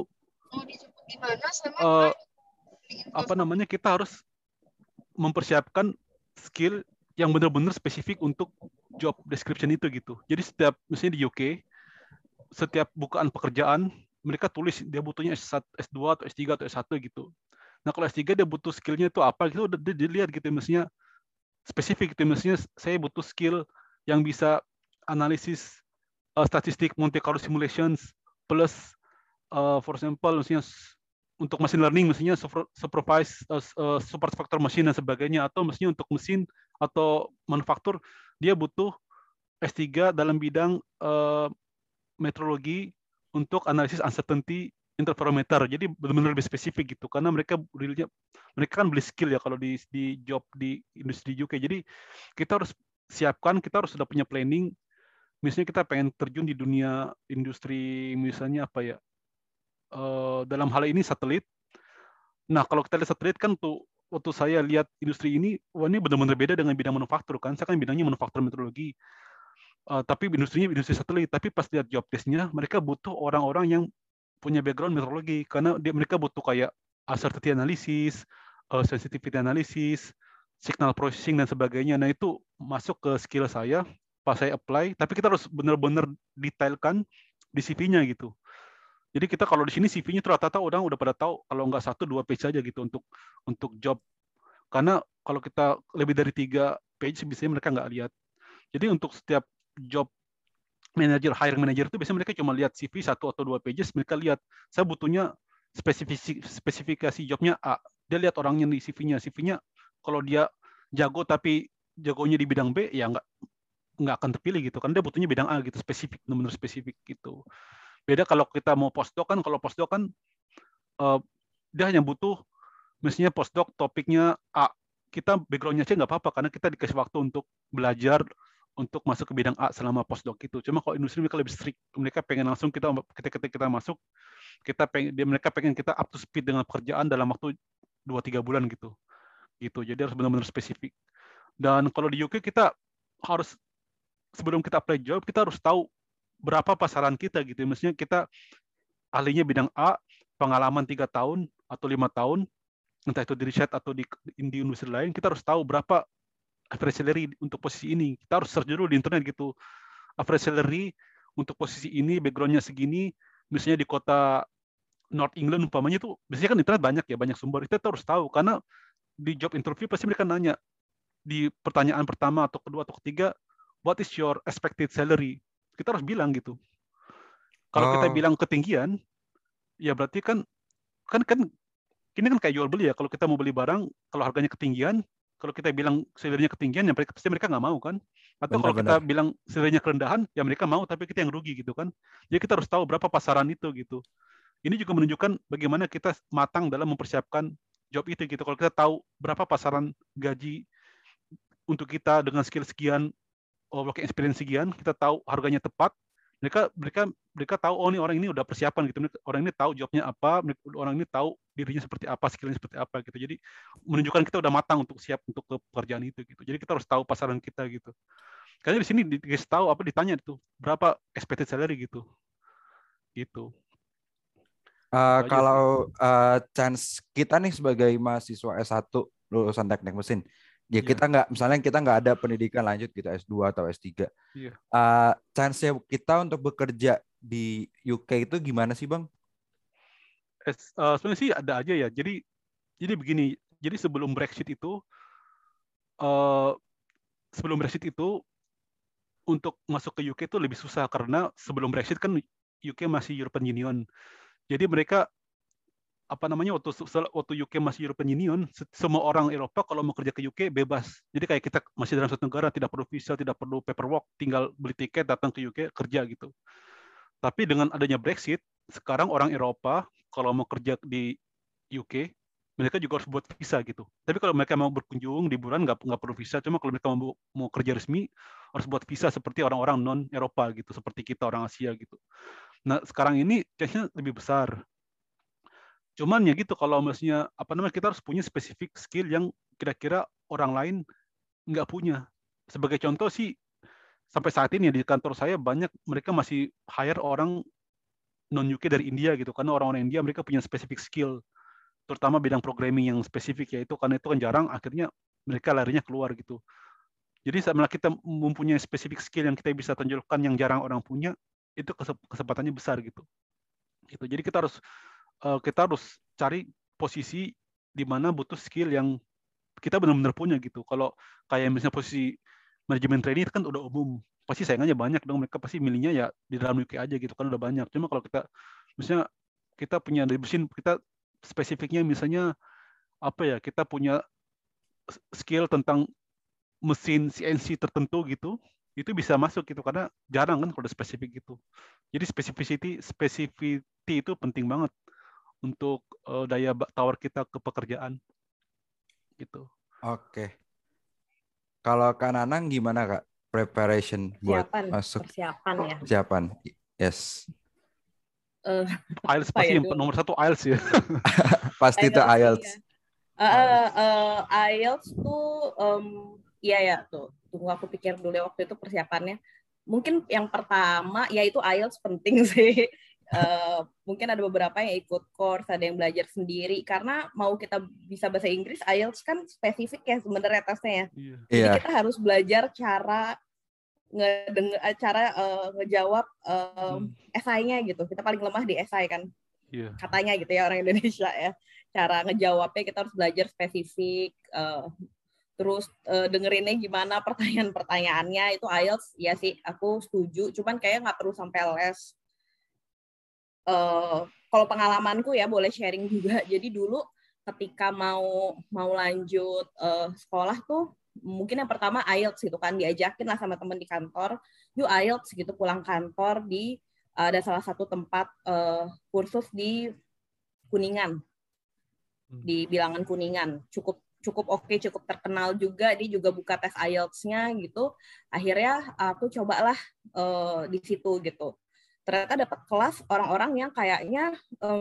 kita harus mempersiapkan skill yang benar-benar spesifik untuk job description itu gitu. Jadi misalnya di UK, setiap bukaan pekerjaan mereka tulis dia butuhnya S2 atau S3 atau S1 gitu. Nah kalau S3 dia butuh skillnya itu apa gitu, udah dilihat gitu, misalnya spesifik itu, misalnya saya butuh skill yang bisa analisis statistik Monte Carlo simulations plus for example misalnya untuk machine learning misalnya supervised support factor machine dan sebagainya, atau misalnya untuk mesin atau manufaktur dia butuh S3 dalam bidang metrologi untuk analisis uncertainty interferometer. Jadi benar-benar lebih spesifik gitu, karena mereka kan beli skill ya kalau di job di industri UK. Jadi kita harus siapkan, kita harus sudah punya planning. Misalnya kita pengen terjun di dunia industri, misalnya apa ya, dalam hal ini satelit. Nah kalau kita lihat satelit kan tuh, waktu saya lihat industri ini, wah ini benar-benar beda dengan bidang manufaktur kan. Saya kan bidangnya manufaktur meteorologi. Tapi industrinya industri satelit. Tapi pas lihat job desk-nya, mereka butuh orang-orang yang punya background meteorologi, karena mereka butuh kayak uncertainty analysis, sensitivity analysis, signal processing dan sebagainya. Nah itu masuk ke skill saya pas saya apply. Tapi kita harus benar-benar detailkan di CV-nya gitu. Jadi kita kalau di sini CV-nya tuh rata-rata orang udah pada tahu, kalau nggak 1-2 page saja gitu untuk job. Karena kalau kita lebih dari 3 page biasanya mereka nggak lihat. Jadi untuk setiap job manager, hiring manager itu biasanya mereka cuma lihat CV 1 atau 2 pages, mereka lihat saya butuhnya spesifikasi jobnya A. Dia lihat orangnya di CV-nya. CV-nya kalau dia jago tapi jagonya di bidang B, ya nggak akan terpilih gitu. Kan dia butuhnya bidang A gitu, spesifik, benar-benar spesifik gitu. Beda kalau kita mau postdoc kan, kalau postdoc kan dia hanya butuh misalnya postdoc topiknya A. Kita background-nya C nggak apa-apa, karena kita dikasih waktu untuk belajar untuk masuk ke bidang A selama postdoc itu. Cuma kalau industri mereka lebih strict, mereka pengen langsung kita masuk, mereka pengen kita up to speed dengan pekerjaan dalam waktu 2-3 bulan gitu. Jadi harus benar-benar spesifik. Dan kalau di UK kita harus, sebelum kita apply job, kita harus tahu berapa pasaran kita gitu. Maksudnya kita ahlinya bidang A, pengalaman 3 tahun atau 5 tahun, entah itu di riset atau di industri lain, kita harus tahu berapa average salary untuk posisi ini. Kita harus search dulu di internet gitu. Average salary untuk posisi ini, background-nya segini, misalnya di kota North England umpamanya tuh, biasanya kan internet banyak ya, banyak sumber. Kita harus tahu, karena di job interview pasti mereka nanya di pertanyaan pertama atau kedua atau ketiga, what is your expected salary? Kita harus bilang gitu. Kalau kita bilang ketinggian, ya berarti kan ini kan kayak jual beli ya. Kalau kita mau beli barang, kalau harganya ketinggian, kalau kita bilang salary-nya ketinggian, ya pasti mereka nggak mau kan. Atau kalau kita bilang salary-nya kerendahan, ya mereka mau, tapi kita yang rugi gitu kan. Jadi kita harus tahu berapa pasaran itu gitu. Ini juga menunjukkan bagaimana kita matang dalam mempersiapkan job itu gitu. Kalau kita tahu berapa pasaran gaji untuk kita dengan skill sekian, working experience sekian, kita tahu harganya tepat, mereka tahu, oh ini orang ini udah persiapan gitu, orang ini tahu jobnya apa, orang ini tahu dirinya seperti apa, skillnya seperti apa gitu. Jadi menunjukkan kita udah matang untuk siap untuk ke pekerjaan itu gitu. Jadi kita harus tahu pasaran kita gitu. Karena di sini dikasih tahu apa, ditanya itu berapa expected salary gitu. Kalau chance kita nih sebagai mahasiswa S1 lulusan teknik mesin, ya kita nggak ada pendidikan lanjut gitu, S2 atau S3. Iya. Chance kita untuk bekerja di UK itu gimana sih, Bang? Sebenarnya sih ada aja ya. Jadi begini. Jadi sebelum Brexit itu untuk masuk ke UK itu lebih susah, karena sebelum Brexit kan UK masih European Union. Jadi mereka waktu UK masih European Union, semua orang Eropa kalau mau kerja ke UK bebas. Jadi kayak kita masih dalam satu negara, tidak perlu visa, tidak perlu paperwork, tinggal beli tiket datang ke UK kerja gitu. Tapi dengan adanya Brexit, sekarang orang Eropa kalau mau kerja di UK, mereka juga harus buat visa gitu. Tapi kalau mereka mau berkunjung liburan nggak perlu visa. Cuma kalau mereka mau kerja resmi harus buat visa seperti orang-orang non Eropa gitu, seperti kita orang Asia gitu. Nah sekarang ini chance-nya lebih besar. Cuman ya gitu, kalau maksudnya kita harus punya spesifik skill yang kira-kira orang lain nggak punya. Sebagai contoh sih, sampai saat ini di kantor saya banyak mereka masih hire orang non UK dari India gitu, karena orang-orang India mereka punya spesifik skill, terutama bidang programming yang spesifik, yaitu karena itu kan jarang, akhirnya mereka larinya keluar gitu. Jadi saat kita mempunyai spesifik skill yang kita bisa tonjolkan yang jarang orang punya, itu kesempatannya besar gitu. Jadi kita harus cari posisi di mana butuh skill yang kita benar-benar punya gitu. Kalau kayak misalnya posisi manajemen trainee kan udah umum, pasti saingannya banyak dong, mereka pasti milihnya ya di dalam UK aja gitu kan udah banyak. Cuma kalau kita misalnya kita punya dari mesin, kita spesifiknya misalnya apa ya, kita punya skill tentang mesin CNC tertentu gitu, itu bisa masuk gitu karena jarang kan kalau spesifik gitu. Jadi specificity itu penting banget untuk daya tawar kita ke pekerjaan gitu. Oke. Kalau Kak Nanang gimana Kak? Preparation buat masuk persiapan ya. Persiapan. Yes. IELTS pasti yang nomor 1 IELTS ya. Pasti itu IELTS. IELTS tuh iya ya tuh. Tunggu aku pikir dulu waktu itu persiapannya. Mungkin yang pertama ya itu IELTS penting sih. Mungkin ada beberapa yang ikut course, ada yang belajar sendiri karena mau kita bisa bahasa Inggris, IELTS kan spesifik ya sebenarnya tesnya ya. Jadi kita harus belajar cara ngejawab esainya gitu. Kita paling lemah di esai kan. Katanya gitu ya orang Indonesia ya. Cara ngejawabnya kita harus belajar spesifik. Terus dengerinnya gimana pertanyaan-pertanyaannya itu IELTS ya sih aku setuju. Cuman kayak nggak perlu sampai les. Kalau pengalamanku ya boleh sharing juga. Jadi dulu ketika mau lanjut sekolah tuh mungkin yang pertama IELTS gitu kan, diajakin lah sama temen di kantor, yuk IELTS gitu pulang kantor di ada salah satu tempat kursus di Kuningan, di Bilangan Kuningan, cukup oke, cukup terkenal juga, dia juga buka tes IELTS-nya gitu. Akhirnya aku cobalah di situ gitu. Ternyata dapat kelas orang-orang yang kayaknya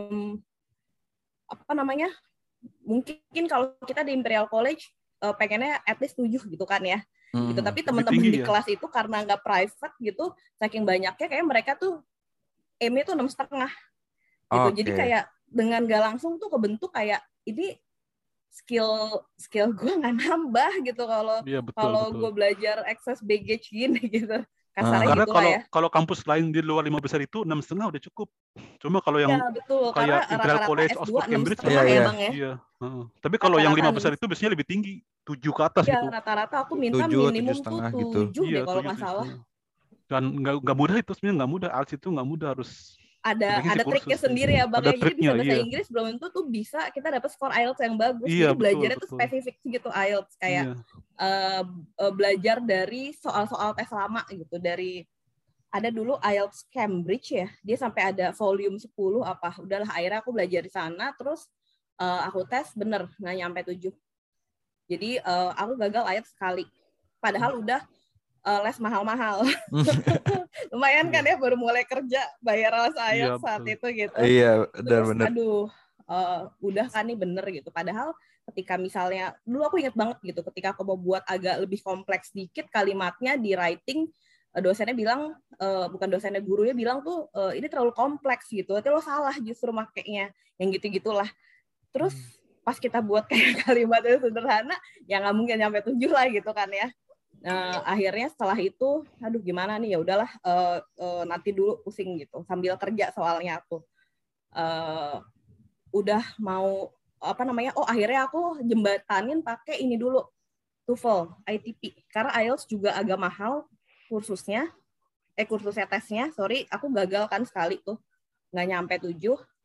mungkin kalau kita di Imperial College pengennya at least 7 gitu kan ya. Gitu. Tapi teman-teman di kelas itu karena nggak private gitu, saking banyaknya kayak mereka tuh aim-nya tuh 6,5 gitu. Jadi kayak dengan nggak langsung tuh kebentuk kayak ini skill gue nggak nambah gitu kalau gue belajar access baggage gini gitu. Karena kalau kampus lain di luar 5 besar itu 6,5 udah cukup. Cuma kalau yang kayak Imperial College, Oxford, Cambridge, ya Bang ya. Iya. Tapi kalau yang 5 besar itu biasanya lebih tinggi, 7 ke atas gitu. Rata-rata aku minta minimum tuh 7 deh kalau nggak salah. Dan nggak mudah itu sebenarnya, nggak mudah. IELTS itu nggak mudah, harus ada triknya sendiri ya Bang ya. Jadi bisa bahasa Inggris belum tentu tuh bisa kita dapat skor IELTS yang bagus. Jadi belajarnya tuh spesifik gitu IELTS kayak belajar dari soal-soal tes lama gitu. Dari ada dulu IELTS Cambridge ya, dia sampai ada volume 10 apa. Udahlah akhirnya aku belajar di sana, terus aku tes bener nggak nyampe 7. Jadi aku gagal IELTS sekali. Padahal udah les mahal-mahal. Lumayan kan ya, baru mulai kerja bayar les IELTS saat itu gitu. Iya, benar-benar. Aduh, udah kan nih bener gitu. Padahal ketika misalnya, dulu aku ingat banget gitu, ketika aku mau buat agak lebih kompleks dikit kalimatnya di writing, dosennya bilang, bukan dosennya, gurunya bilang tuh, ini terlalu kompleks gitu, nanti lo salah justru makainya, yang gitu-gitulah. Terus pas kita buat kayak kalimatnya sederhana, ya nggak mungkin sampai 7 lah gitu kan ya. Akhirnya setelah itu, aduh gimana nih, ya udahlah nanti dulu pusing gitu sambil kerja soalnya aku udah mau akhirnya aku jembatanin pakai ini dulu TOEFL ITP karena IELTS juga agak mahal kursusnya tesnya, aku gagal kan sekali tuh nggak nyampe 7.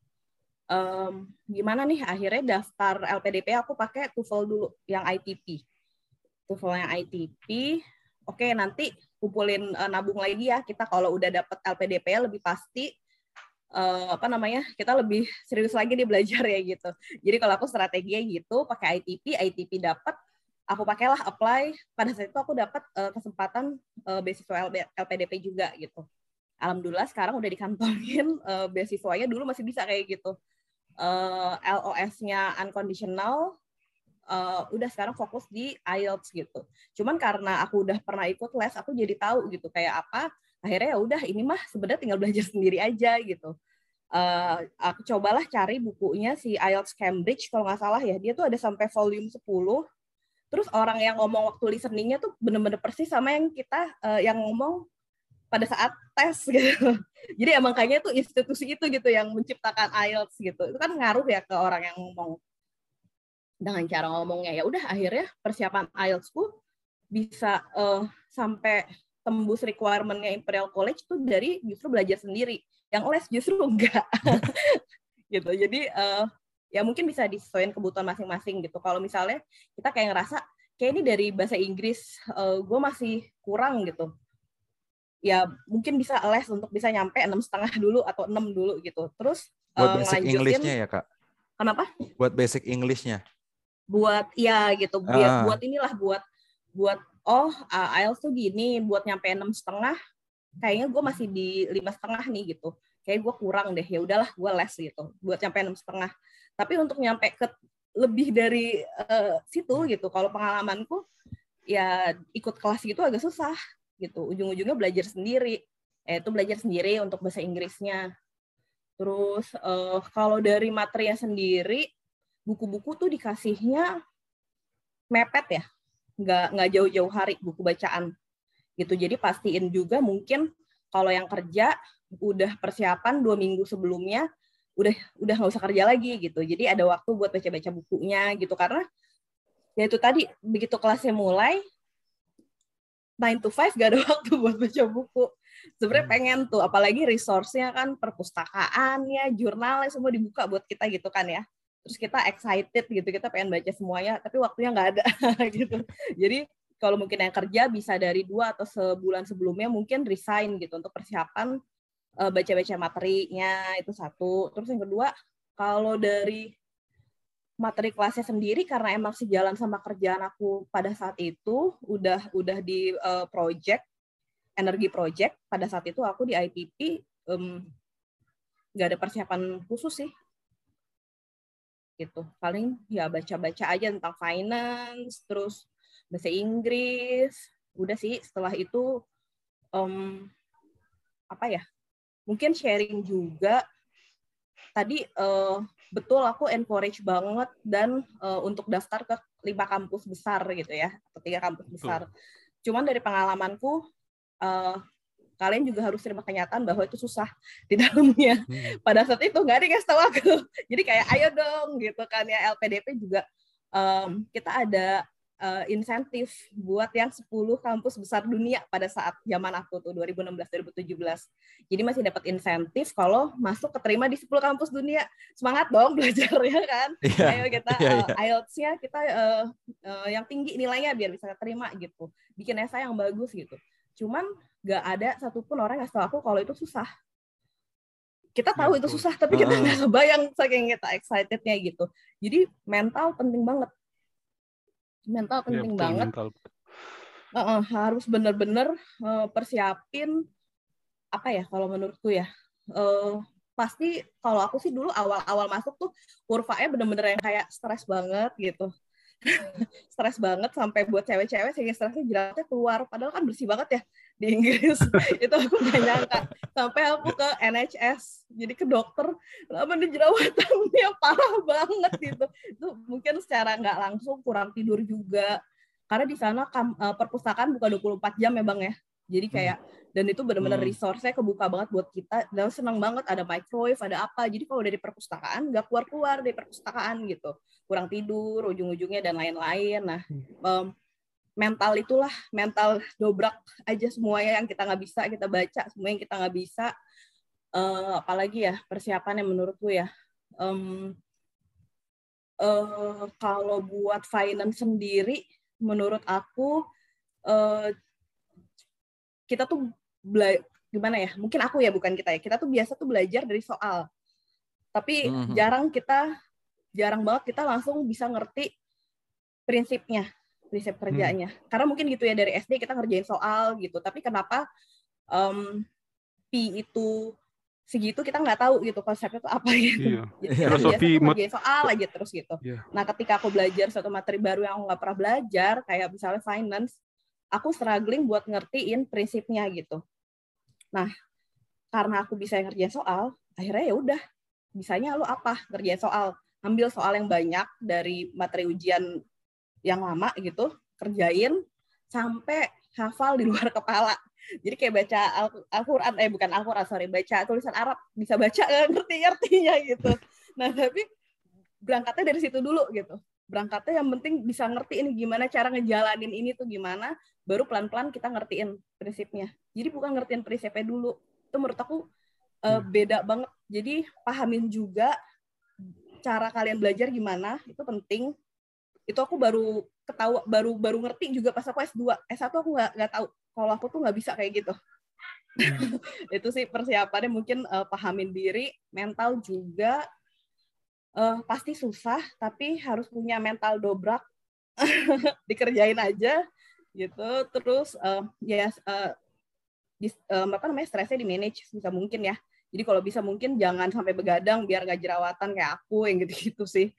Gimana nih akhirnya daftar LPDP aku pakai TOEFL dulu yang ITP. TOEFL yang ITP, oke nanti kumpulin nabung lagi ya kita kalau udah dapet LPDP lebih pasti kita lebih serius lagi nih belajar ya gitu. Jadi kalau aku strateginya gitu pakai ITP dapat, aku pakailah apply. Pada saat itu aku dapat kesempatan beasiswa LPDP juga gitu. Alhamdulillah sekarang udah dikantongin beasiswanya, dulu masih bisa kayak gitu. LOS-nya unconditional. Udah sekarang fokus di IELTS gitu. Cuman karena aku udah pernah ikut les, aku jadi tahu gitu kayak apa. Akhirnya ya udah ini mah sebenarnya tinggal belajar sendiri aja gitu. Aku cobalah cari bukunya si IELTS Cambridge kalau nggak salah ya. Dia tuh ada sampai volume 10. Terus orang yang ngomong waktu listening-nya tuh bener-bener persis sama yang kita yang ngomong pada saat tes gitu. Jadi emang kayaknya tuh institusi itu gitu yang menciptakan IELTS gitu. Itu kan ngaruh ya ke orang yang ngomong. dengan cara ngomongnya. Ya udah akhirnya persiapan IELTS-ku bisa sampai tembus requirement-nya Imperial College tuh dari justru belajar sendiri. Yang les justru enggak. Gitu. Jadi ya mungkin bisa disesuaikan kebutuhan masing-masing gitu. Kalau misalnya kita kayak ngerasa kayak ini dari bahasa Inggris gue masih kurang gitu. Ya mungkin bisa les untuk bisa nyampe 6,5 dulu atau 6 dulu gitu. Terus Buat basic ngelanjutin. English-nya ya, Kak? Kenapa? Buat basic English-nya. Buat ya gitu. Buat inilah buat IELTS tuh gini, buat nyampe 6,5 kayaknya gue masih di 5,5 nih gitu. Kayak gue kurang deh, ya udahlah gue les gitu buat nyampe 6,5. Tapi untuk nyampe ke lebih dari situ gitu, kalau pengalamanku ya ikut kelas gitu agak susah gitu. Ujung-ujungnya belajar sendiri. Itu belajar sendiri untuk bahasa Inggrisnya. Terus kalau dari materinya sendiri, buku-buku tuh dikasihnya mepet ya, nggak jauh-jauh hari buku bacaan gitu. Jadi pastiin juga mungkin kalau yang kerja udah persiapan 2 minggu sebelumnya udah nggak usah kerja lagi gitu. Jadi ada waktu buat baca-baca bukunya gitu, karena ya itu tadi begitu kelasnya mulai 9 to 5 gak ada waktu buat baca buku. Sebenarnya pengen tuh, apalagi resource-nya kan perpustakaannya, jurnalnya semua dibuka buat kita gitu kan ya. Terus kita excited gitu, kita pengen baca semuanya, tapi waktunya nggak ada gitu. Jadi kalau mungkin yang kerja bisa dari 2 atau sebulan sebelumnya mungkin resign gitu untuk persiapan baca-baca materinya, itu satu. Terus yang kedua, kalau dari materi kelasnya sendiri karena emang sejalan sama kerjaan aku pada saat itu udah di project energi project pada saat itu aku di IPP nggak ada persiapan khusus sih gitu, paling ya baca-baca aja tentang finance, terus bahasa Inggris, udah sih. Setelah itu apa ya, mungkin sharing juga tadi. Betul, aku encourage banget dan untuk daftar ke 5 kampus besar gitu ya, atau 3 kampus besar. Cuman dari pengalamanku, kalian juga harus terima kenyataan bahwa itu susah di dalamnya. Pada saat itu nggak ada yang ngasih tahu aku. Jadi kayak ayo dong gitu kan ya, LPDP juga kita ada insentif buat yang 10 kampus besar dunia pada saat zaman aku tuh 2016-2017. Jadi masih dapat insentif kalau masuk keterima di 10 kampus dunia. Semangat dong belajarnya kan. Ayo kita IELTS-nya kita yang tinggi nilainya biar bisa keterima gitu. Bikin esai yang bagus gitu. Cuman nggak ada satupun orang yang ngasih tahu aku kalau itu susah. Kita tahu itu susah, tapi kita nggak kebayang saking kita excitednya gitu. Jadi mental penting banget. Mental penting banget. Harus benar-benar persiapin apa ya kalau menurutku ya. Pasti kalau aku sih dulu awal-awal masuk tuh kurvanya benar-benar yang kayak stres banget gitu. Stres banget sampai buat cewek-cewek sehingga stresnya jerawatnya keluar. Padahal kan bersih banget ya di Inggris. Itu aku nggak nyangka. Sampai aku ke NHS, jadi ke dokter, lama di jerawatannya parah banget gitu. Itu mungkin secara nggak langsung kurang tidur juga. Karena di sana perpustakaan buka 24 jam ya Bang ya. Jadi kayak, dan itu benar-benar resource-nya kebuka banget buat kita. Dan senang banget ada microwave, ada apa. Jadi kalau dari perpustakaan, nggak keluar-keluar dari perpustakaan gitu. Kurang tidur, ujung-ujungnya, dan lain-lain. Nah, mental itulah, mental dobrak aja semuanya yang kita nggak bisa, kita baca. Semua yang kita nggak bisa. Apalagi ya, persiapannya menurutku ya. Kalau buat finance sendiri, menurut aku, kita tuh gimana ya? Mungkin aku ya, bukan kita ya. Kita tuh biasa tuh belajar dari soal. Tapi jarang banget kita langsung bisa ngerti prinsip kerjanya. Karena mungkin gitu ya, dari SD kita ngerjain soal gitu. Tapi kenapa P itu segitu kita nggak tahu gitu konsepnya itu apa gitu. Iya. Jadi kita biasa tuh ngerjain soal aja terus gitu. Iya. Nah ketika aku belajar suatu materi baru yang aku nggak pernah belajar, kayak misalnya finance, aku struggling buat ngertiin prinsipnya gitu. Nah, karena aku bisa ngerjain soal, akhirnya ya udah, bisanya lu apa? Ngerjain soal. Ambil soal yang banyak dari materi ujian yang lama gitu, kerjain sampai hafal di luar kepala. Jadi kayak baca Al-Quran, bukan Al-Quran, baca tulisan Arab, bisa baca nggak ngerti-ngertinya gitu. Nah, tapi berangkatnya dari situ dulu gitu. berangkatnya yang penting bisa ngerti ini gimana cara ngejalanin ini tuh gimana, baru pelan-pelan kita ngertiin prinsipnya. Jadi bukan ngertiin prinsipnya dulu. Itu menurut aku beda banget. Jadi pahamin juga cara kalian belajar gimana, itu penting. Itu aku baru ngerti juga pas aku S2. S1 aku nggak tahu. Kalau aku tuh nggak bisa kayak gitu. Itu sih persiapannya, mungkin pahamin diri, mental juga. Pasti susah, tapi harus punya mental dobrak, dikerjain aja gitu. Terus stresnya di manage bisa mungkin ya. Jadi kalau bisa mungkin jangan sampai begadang biar nggak jerawatan kayak aku yang gitu-gitu sih.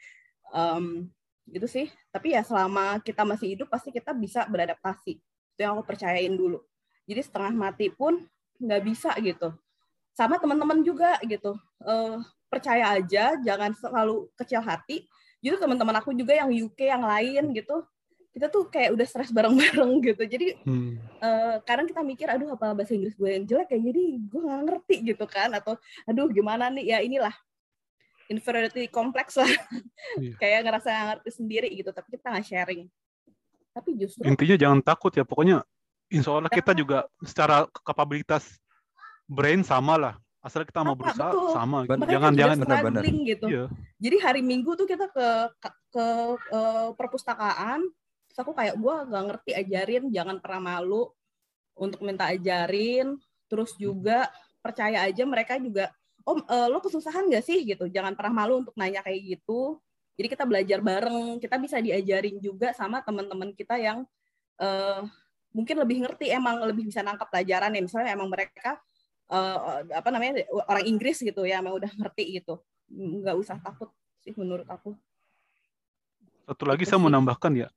Gitu sih. Tapi ya selama kita masih hidup pasti kita bisa beradaptasi. Itu yang aku percayain dulu. Jadi setengah mati pun nggak bisa gitu. Sama teman-teman juga gitu. Percaya aja, jangan selalu kecil hati. Jadi teman-teman aku juga yang UK yang lain gitu, kita tuh kayak udah stres bareng-bareng gitu. Jadi kadang kita mikir, aduh apa bahasa Inggris gue yang jelek ya, jadi gue nggak ngerti gitu kan, atau aduh gimana nih, ya inilah inferiority complex lah. Kayak ngerasa nggak ngerti sendiri gitu, tapi kita nggak sharing. Tapi justru intinya jangan takut ya, pokoknya insya Allah kita juga secara kapabilitas brain sama lah. Asal kita mau berusaha betul. sama. Jangan benar-benar gitu. Iya. Jadi hari Minggu tuh kita ke perpustakaan. Terus aku kayak gue gak ngerti, ajarin, jangan pernah malu untuk minta ajarin. Terus juga percaya aja mereka juga, lo kesusahan gak sih gitu. Jangan pernah malu untuk nanya kayak gitu. Jadi kita belajar bareng. Kita bisa diajarin juga sama teman-teman kita yang mungkin lebih ngerti, emang lebih bisa nangkap pelajaran ya. Misalnya emang mereka orang Inggris gitu ya, emang udah ngerti gitu, nggak usah takut sih menurut aku. Satu lagi saya mau nambahkan ya,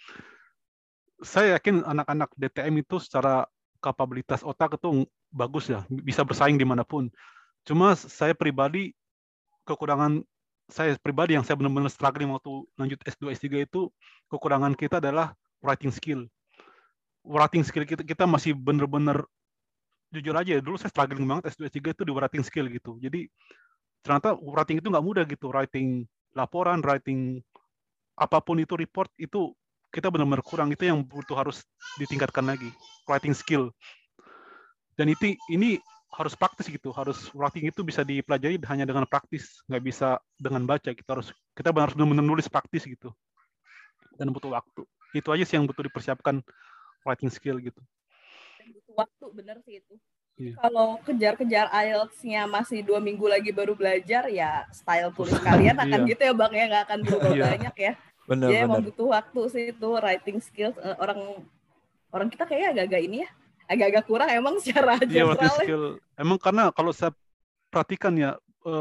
saya yakin anak-anak DTM itu secara kapabilitas otak itu bagus ya, bisa bersaing dimanapun. Cuma saya pribadi, kekurangan saya pribadi yang saya benar-benar struggling waktu lanjut S2 S3 itu, kekurangan kita adalah writing skill. Writing skill kita masih benar-benar, jujur aja dulu saya struggling banget S2 S3 itu di writing skill gitu. Jadi ternyata writing itu nggak mudah gitu. Writing laporan, writing apapun itu, report itu kita benar-benar kurang. Itu yang butuh harus ditingkatkan lagi, writing skill. Dan ini harus praktis gitu. Harus writing itu bisa dipelajari hanya dengan praktis, nggak bisa dengan baca. Kita harus benar-benar nulis praktis gitu. Dan butuh waktu. Itu aja sih yang butuh dipersiapkan, writing skill gitu. Butuh waktu, bener sih itu. Kalau kejar-kejar IELTS-nya masih 2 minggu lagi baru belajar, ya style tulis kalian akan gitu ya Bang, ya nggak akan berubah banyak ya. Jadi emang butuh waktu sih itu, writing skills. Orang kita kayaknya agak-agak ini ya, agak-agak kurang emang secara general. Emang karena kalau saya perhatikan ya,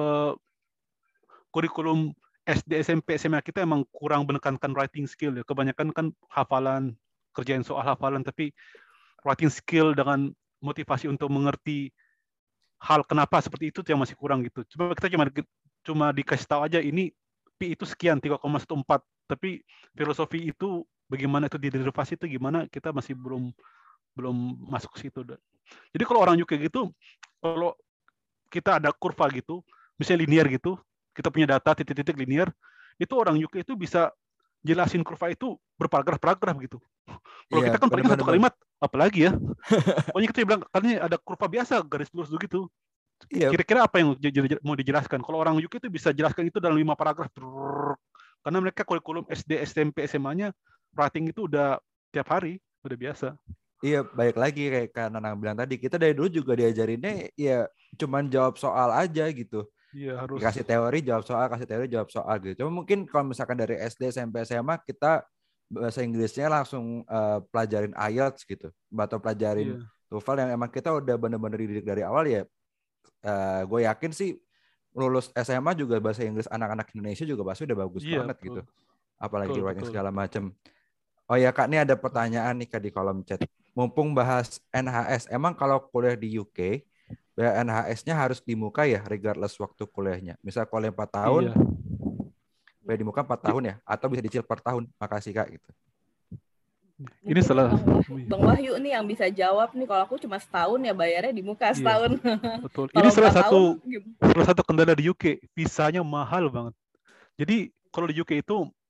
kurikulum SD, SMP, SMA kita emang kurang menekankan writing skill ya. Kebanyakan kan hafalan, kerjain soal hafalan, tapi writing skill dengan motivasi untuk mengerti hal kenapa seperti itu yang masih kurang gitu. Coba kita cuma dikasih tahu aja ini P itu sekian 3,14, tapi filosofi itu bagaimana itu diderivasi itu gimana, kita masih belum masuk ke situ. Jadi kalau orang UK gitu, kalau kita ada kurva gitu, misalnya linear gitu, kita punya data titik-titik linear, itu orang UK itu bisa jelasin kurva itu berparagraf-paragraf gitu. Kalau kita kan paling satu kalimat, apalagi ya. Pokoknya kita bilang, karena ada kurva biasa, garis lurus begitu. Kira-kira apa yang mau dijelaskan? Kalau orang UK itu bisa jelaskan itu dalam 5 paragraf. Karena mereka kurikulum SD, SMP, SMA-nya, writing itu udah tiap hari, udah biasa. Iya, baik lagi kayak Nanang bilang tadi, kita dari dulu juga diajarinnya ya cuman jawab soal aja gitu. Iya, harus kasih teori jawab soal gitu. Cuma mungkin kalau misalkan dari SD sampai SMA kita bahasa Inggrisnya langsung pelajarin IELTS gitu, atau pelajarin TOEFL yang emang kita udah benar-benar dididik dari awal ya. Gue yakin sih lulus SMA juga bahasa Inggris anak-anak Indonesia juga pasti udah bagus banget gitu. Apalagi writing segala macam. Oh ya Kak, ini ada pertanyaan nih Kak di kolom chat. Mumpung bahas NHS, emang kalau kuliah di UK NHS-nya harus di muka ya, regardless waktu kuliahnya. Misal kuliah 4 tahun, di muka 4 tahun ya, atau bisa dicicil per tahun. Makasih Kak gitu. Ini salah. Bang Wahyu nih yang bisa jawab nih. Kalau aku cuma setahun ya bayarnya di muka setahun. Betul. Ini salah satu kendala di UK, visanya mahal banget. Jadi kalau di UK itu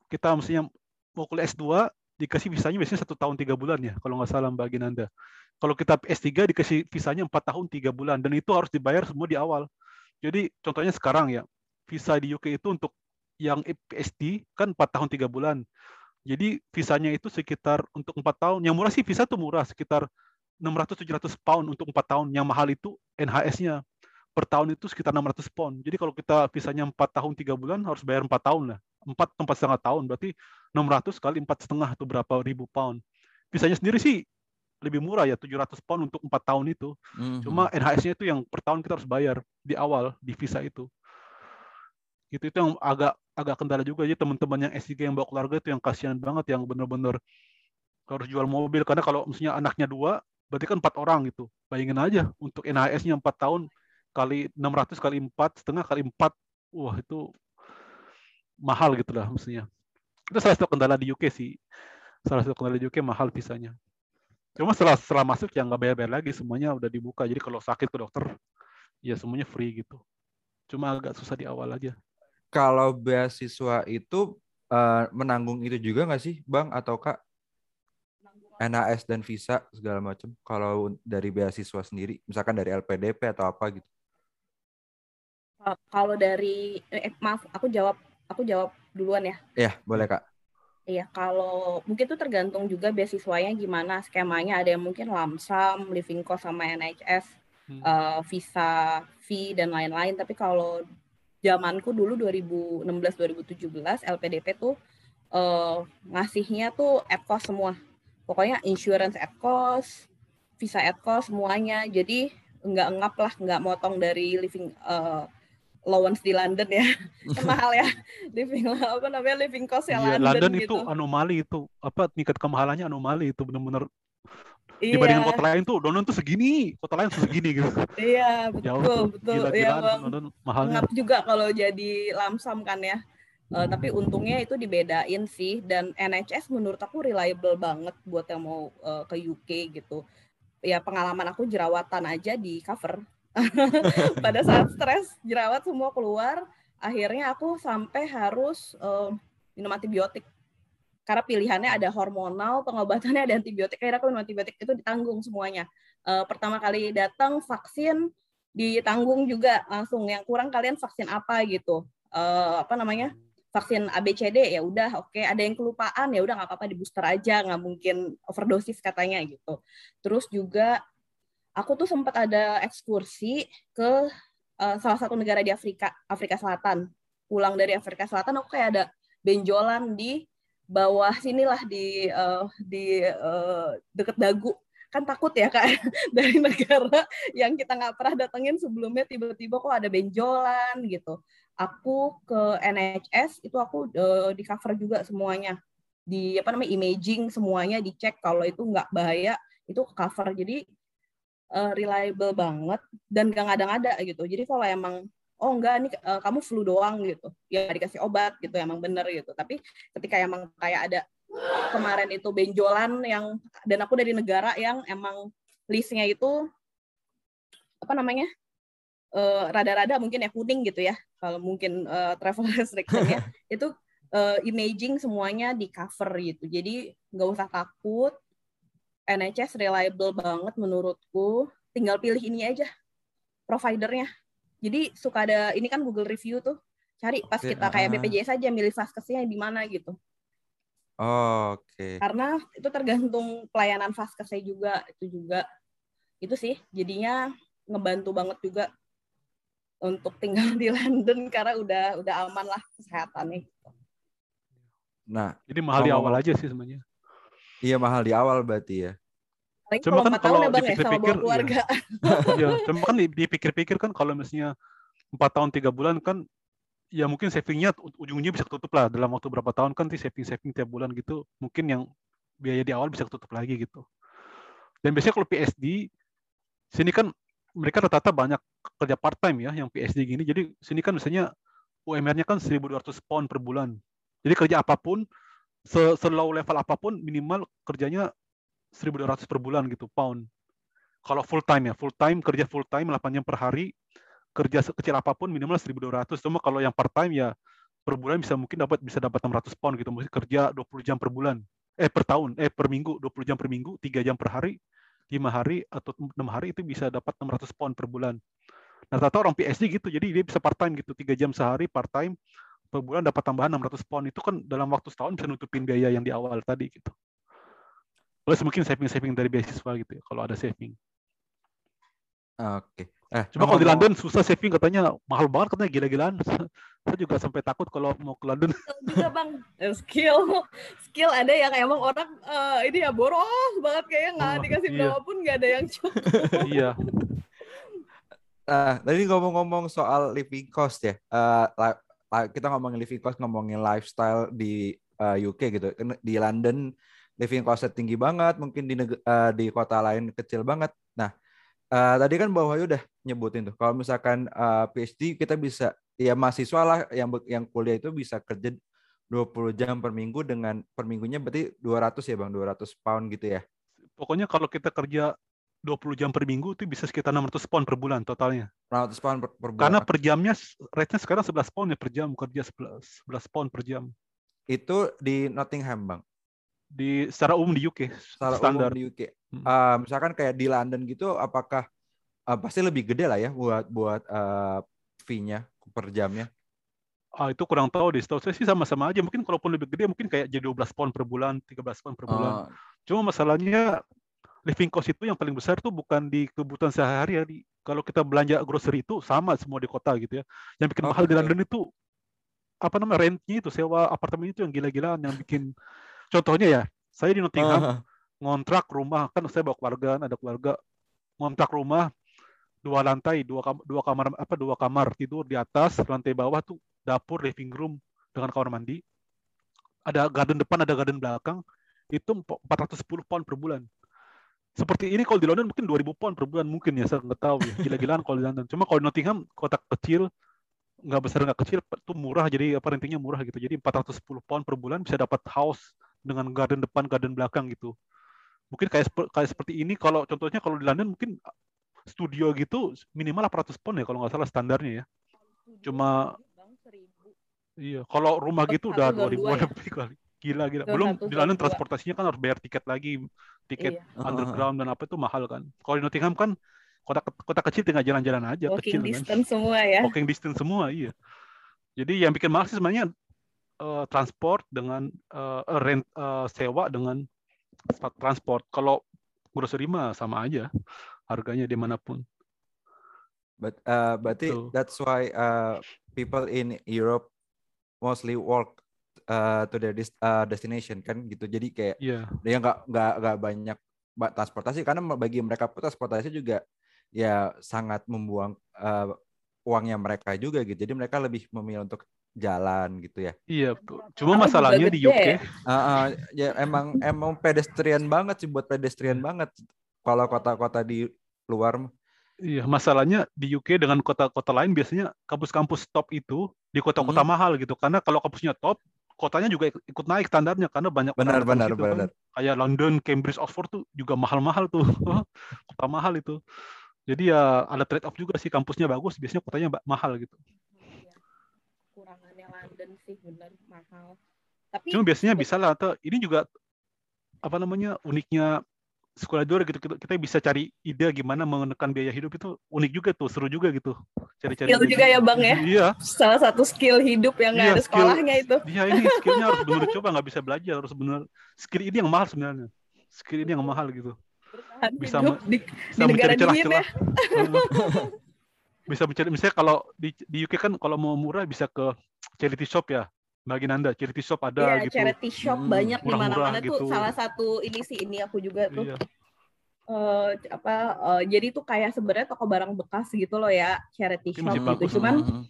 kita mestinya mau kuliah S2 dikasih visanya biasanya 1 tahun 3 bulan ya, kalau nggak salah Mbak Ginanda. Kalau kita S3 dikasih visanya 4 tahun 3 bulan, dan itu harus dibayar semua di awal. Jadi contohnya sekarang ya, visa di UK itu untuk yang PhD kan 4 tahun 3 bulan. Jadi visanya itu sekitar untuk 4 tahun. Yang murah sih visa tuh murah, sekitar 600-700 pound untuk 4 tahun. Yang mahal itu NHS-nya. Per tahun itu sekitar 600 pound. Jadi kalau kita visanya 4 tahun 3 bulan harus bayar 4 tahun lah. 4,5 tahun berarti 600 kali 4,5 itu berapa ribu pound. Visanya sendiri sih lebih murah ya, 700 pound untuk 4 tahun itu. Cuma NHS-nya itu yang per tahun kita harus bayar di awal di visa itu. Itu yang agak kendala juga. Jadi teman-teman yang S3 yang bawa keluarga itu yang kasihan banget, yang benar-benar harus jual mobil, karena kalau misalnya anaknya 2 berarti kan 4 orang gitu. Bayangin aja untuk NHS-nya 4 tahun kali 600 kali 4,5 kali 4, wah itu mahal gitu lah mestinya. Itu salah satu kendala di UK sih. Salah satu kendala di UK mahal visanya. Cuma setelah masuk ya nggak bayar-bayar lagi, semuanya udah dibuka. Jadi kalau sakit ke dokter ya semuanya free gitu. Cuma agak susah di awal aja. Kalau beasiswa itu menanggung itu juga nggak sih Bang atau Kak? NHS dan visa segala macam. Kalau dari beasiswa sendiri, misalkan dari LPDP atau apa gitu. Kalau dari maaf, aku jawab duluan ya. Iya, boleh Kak. Iya, kalau mungkin itu tergantung juga beasiswanya gimana skemanya. Ada yang mungkin lamsam, living cost sama NHS, visa, fee dan lain-lain. Tapi kalau zamanku dulu 2016-2017 LPDP tuh ngasihnya tuh at cost semua. Pokoknya insurance at cost, visa at cost semuanya. Jadi nggak ngap lah, nggak motong dari living allowance di London ya. Kan mahal ya living cost ya London gitu. Itu anomali itu. Tingkat kemahalannya anomali itu, benar-benar. Iya. Dibandingin kota lain tuh, London tuh segini, kota lain tuh segini gitu. Iya, betul. Gila-gilaan ya, London mahalnya. Ngap juga kalau jadi lamsam kan ya. Tapi untungnya itu dibedain sih, dan NHS menurut aku reliable banget buat yang mau ke UK gitu. Ya pengalaman aku jerawatan aja di cover. Pada saat stres jerawat semua keluar, akhirnya aku sampai harus minum antibiotik. Karena pilihannya ada hormonal, pengobatannya ada antibiotik. Akhirnya aku minum antibiotik, itu ditanggung semuanya. Pertama kali datang vaksin ditanggung juga langsung. Yang kurang kalian vaksin apa gitu. Vaksin ABCD ya udah oke. Ada yang kelupaan ya udah nggak apa-apa, di booster aja, nggak mungkin overdosis katanya gitu. Terus juga aku tuh sempat ada ekskursi ke salah satu negara di Afrika Selatan. Pulang dari Afrika Selatan aku kayak ada benjolan di bawah sinilah di deket dagu. Kan takut ya Kak, dari negara yang kita nggak pernah datengin sebelumnya tiba-tiba kok ada benjolan gitu. Aku ke NHS itu aku di cover juga semuanya, di imaging semuanya dicek, kalau itu nggak bahaya itu cover. Jadi reliable banget dan nggak ngada-ngada gitu. Jadi kalau emang enggak nih kamu flu doang gitu, ya dikasih obat gitu, emang bener gitu. Tapi ketika emang kayak ada kemarin itu benjolan dan aku dari negara yang emang listnya itu rada-rada mungkin ya kuning gitu ya, kalau mungkin travel restriction-nya itu imaging semuanya di cover gitu. Jadi nggak usah takut, NHS reliable banget menurutku. Tinggal pilih ini aja providernya. Jadi suka ada ini kan Google review tuh, cari pas kita kayak BPJS aja, milih vaskesnya di mana gitu. Oke. Karena itu tergantung pelayanan vaskesnya juga, itu sih jadinya ngebantu banget juga untuk tinggal di London karena udah aman lah kesehatannya. Nah, jadi mahal di awal aja sih sebenarnya. Iya, mahal di awal berarti ya. Cuma kan kalau dipikir-pikir, ya, cuma kan dipikir-pikir kan kalau misalnya 4 tahun 3 bulan kan, ya mungkin savingnya ujungnya bisa ketutup lah dalam waktu berapa tahun kan, saving tiap bulan gitu, mungkin yang biaya di awal bisa ketutup lagi gitu. Dan biasanya kalau PSD sini kan mereka rata-rata banyak kerja part time ya yang PSD gini, jadi sini kan misalnya UMR-nya kan 1.200 pound per bulan. Jadi kerja apapun, se-low level apapun, minimal kerjanya 1.200 per bulan gitu, pound. Kalau full time kerja full time 8 jam per hari, kerja sekecil apapun minimal 1.200. Cuma kalau yang part time ya per bulan bisa dapat 600 pound gitu, mesti kerja 20 jam per bulan. Per minggu, 20 jam per minggu, 3 jam per hari, 5 hari atau 6 hari itu bisa dapat 600 pound per bulan. Nah, rata-rata orang PhD gitu, jadi dia bisa part time gitu, 3 jam sehari part time, per bulan dapat tambahan 600 pound. Itu kan dalam waktu setahun bisa nutupin biaya yang di awal tadi gitu. Plus mungkin saving dari beasiswa gitu ya, kalau ada saving. Oke. Cuma kalau di London susah saving, katanya mahal banget, katanya gila-gilaan. Saya juga sampai takut kalau mau ke London. Juga Bang, skill ada yang emang orang ini ya boros banget, kayaknya nggak dikasih berapa pun nggak ada yang cukup. Iya. Tadi ngomong-ngomong soal living cost ya, kita ngomongin living cost, ngomongin lifestyle di UK gitu. Di London living costnya tinggi banget, mungkin di kota lain kecil banget. Nah, tadi kan Mbak Wahyu udah nyebutin tuh, kalau misalkan PhD kita bisa, ya mahasiswa lah yang kuliah itu bisa kerja 20 jam per minggu, dengan per minggunya berarti 200 ya Bang, 200 pound gitu ya. Pokoknya kalau kita kerja 20 jam per minggu itu bisa sekitar 600 pound per bulan totalnya. 600 pound per bulan. Karena per jamnya rate-nya sekarang 11 pound ya per jam, kerja 11 pound per jam. Itu di Nottingham Bang? Secara umum di UK, secara standar. Umum di UK. Misalkan kayak di London gitu, apakah pasti lebih gede lah ya buat fee-nya per jamnya? Itu kurang tahu deh. Setahu saya sih sama-sama aja. Mungkin kalaupun lebih gede mungkin kayak jadi 12 pound per bulan, 13 pound per bulan. Cuma masalahnya living cost itu yang paling besar tuh bukan di kebutuhan sehari-hari ya. Kalau kita belanja grocery itu sama semua di kota gitu ya. Yang bikin mahal di London itu rent-nya itu, sewa apartemen itu yang gila-gilaan, yang bikin. Contohnya ya, saya di Nottingham ngontrak rumah, kan saya bawa keluarga, ada keluarga, ngontrak rumah 2 lantai, 2 kamar tidur di atas, lantai bawah tuh dapur, living room dengan kamar mandi, ada garden depan, ada garden belakang, itu 410 pound per bulan. Seperti ini kalau di London mungkin 2000 pound per bulan mungkin ya, saya nggak tahu ya, gila-gilaan kalau di London. Cuma kalau di Nottingham, kota kecil, nggak besar nggak kecil, itu murah, jadi rentingnya murah gitu. Jadi 410 pound per bulan bisa dapat house dengan garden depan, garden belakang gitu. Mungkin kayak seperti ini, kalau contohnya kalau di London mungkin studio gitu minimal 800 pound ya kalau nggak salah standarnya ya. Cuma iya, kalau rumah gitu udah 2000-an lebih kali. Gila. Belum di London transportasinya kan harus bayar tiket lagi, tiket underground dan apa itu mahal kan. Kalau di Nottingham kan kota kecil tinggal jalan-jalan aja, walking kecil distance kan. Semua ya. Walking distance semua, iya. Jadi yang bikin mahal sih sebenarnya transport dengan rent, sewa dengan transport. Kalau grocery mah sama aja harganya dimanapun. Berarti that's why people in Europe mostly walk to their destination kan gitu. Jadi kayak dia nggak banyak transportasi, karena bagi mereka pun transportasi juga ya sangat membuang uangnya mereka juga gitu. Jadi mereka lebih memilih untuk jalan gitu ya. Iya, cuma masalahnya di UK ya emang pedestrian banget sih, buat pedestrian banget kalau kota-kota di luar. Iya, masalahnya di UK dengan kota-kota lain biasanya kampus-kampus top itu di kota-kota mahal gitu. Karena kalau kampusnya top, kotanya juga ikut naik standarnya karena banyak orang datang situ kan. Kayak London, Cambridge, Oxford tuh juga mahal-mahal tuh. Kota mahal itu. Jadi ya ada trade off juga sih, kampusnya bagus, biasanya kotanya mahal gitu. Kurangannya London sih benar mahal. Tapi cuma biasanya bisa lah, atau ini juga uniknya sekolah luar gitu, kita bisa cari ide gimana menekan biaya hidup, itu unik juga tuh, seru juga gitu. Cari-cari skill juga ya Bang ya. Iya. Salah satu skill hidup yang nggak ada sekolahnya itu. Iya, ini skillnya harus benar coba, nggak bisa belajar, harus benar. Skill ini yang mahal sebenarnya. Skill ini yang mahal gitu. Bisa mencari celah-celah. Bisa mencari, misalnya kalau di UK kan kalau mau murah bisa ke charity shop ya. Baginanda, charity shop ada gitu. Iya, charity shop banyak di mana-mana gitu. tuh. Salah satu ini aku juga tuh. Iya. Jadi tuh kayak sebenarnya toko barang bekas gitu loh ya, charity shop gitu. Cuman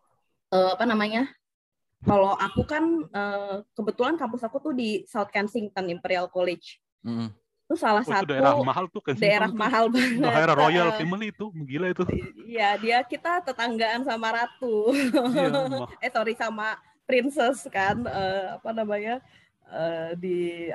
kalau aku kan kebetulan kampus aku tuh di South Kensington Imperial College. Itu salah satu daerah mahal tuh, daerah mahal banget. Daerah Royal Family itu, gila itu. Iya, kita tetanggaan sama ratu. Iya, sama princess kan,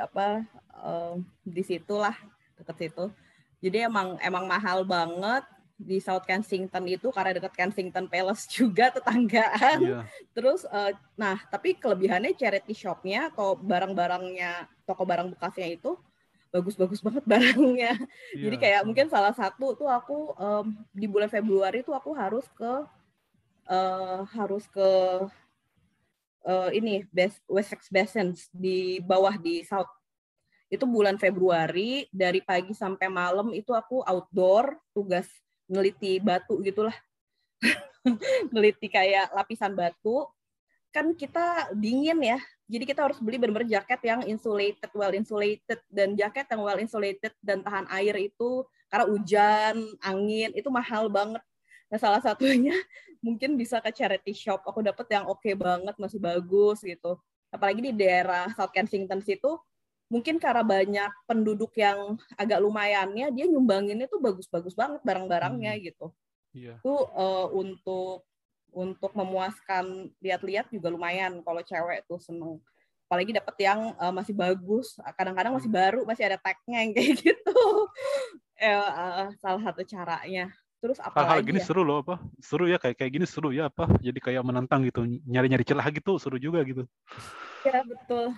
di situlah, dekat situ. Jadi emang mahal banget. di South Kensington itu karena dekat Kensington Palace juga, tetanggaan. Iya. Terus nah tapi kelebihannya charity shop-nya atau barang-barangnya, toko barang bekasnya itu bagus-bagus banget barangnya. Jadi Iya. kayak mungkin salah satu tuh aku di bulan Februari tuh aku harus ke ini Wessex Basins di bawah di South. Itu bulan Februari, dari pagi sampai malam itu aku outdoor, tugas neliti batu gitulah. Neliti kayak lapisan batu. Kan kita dingin ya, jadi kita harus beli benar-benar jaket yang insulated, well insulated, dan jaket yang well insulated dan tahan air itu karena hujan, angin itu mahal banget. Nah salah satunya mungkin bisa ke charity shop. Aku dapet yang oke banget, masih bagus gitu. Apalagi di daerah South Kensington situ, mungkin karena banyak penduduk yang agak lumayannya, dia nyumbanginnya tuh bagus-bagus banget barang-barangnya gitu. Iya. Itu untuk memuaskan lihat-lihat juga lumayan kalau cewek tuh seneng. Apalagi dapet yang masih bagus, kadang-kadang masih baru, masih ada tag-nya yang kayak gitu. Salah satu caranya. Terus Hal-hal apalagi gini ya? seru loh, apa? Seru ya, kayak gini seru ya, apa? Jadi kayak menantang gitu, nyari-nyari celah gitu, seru juga gitu. Ya betul.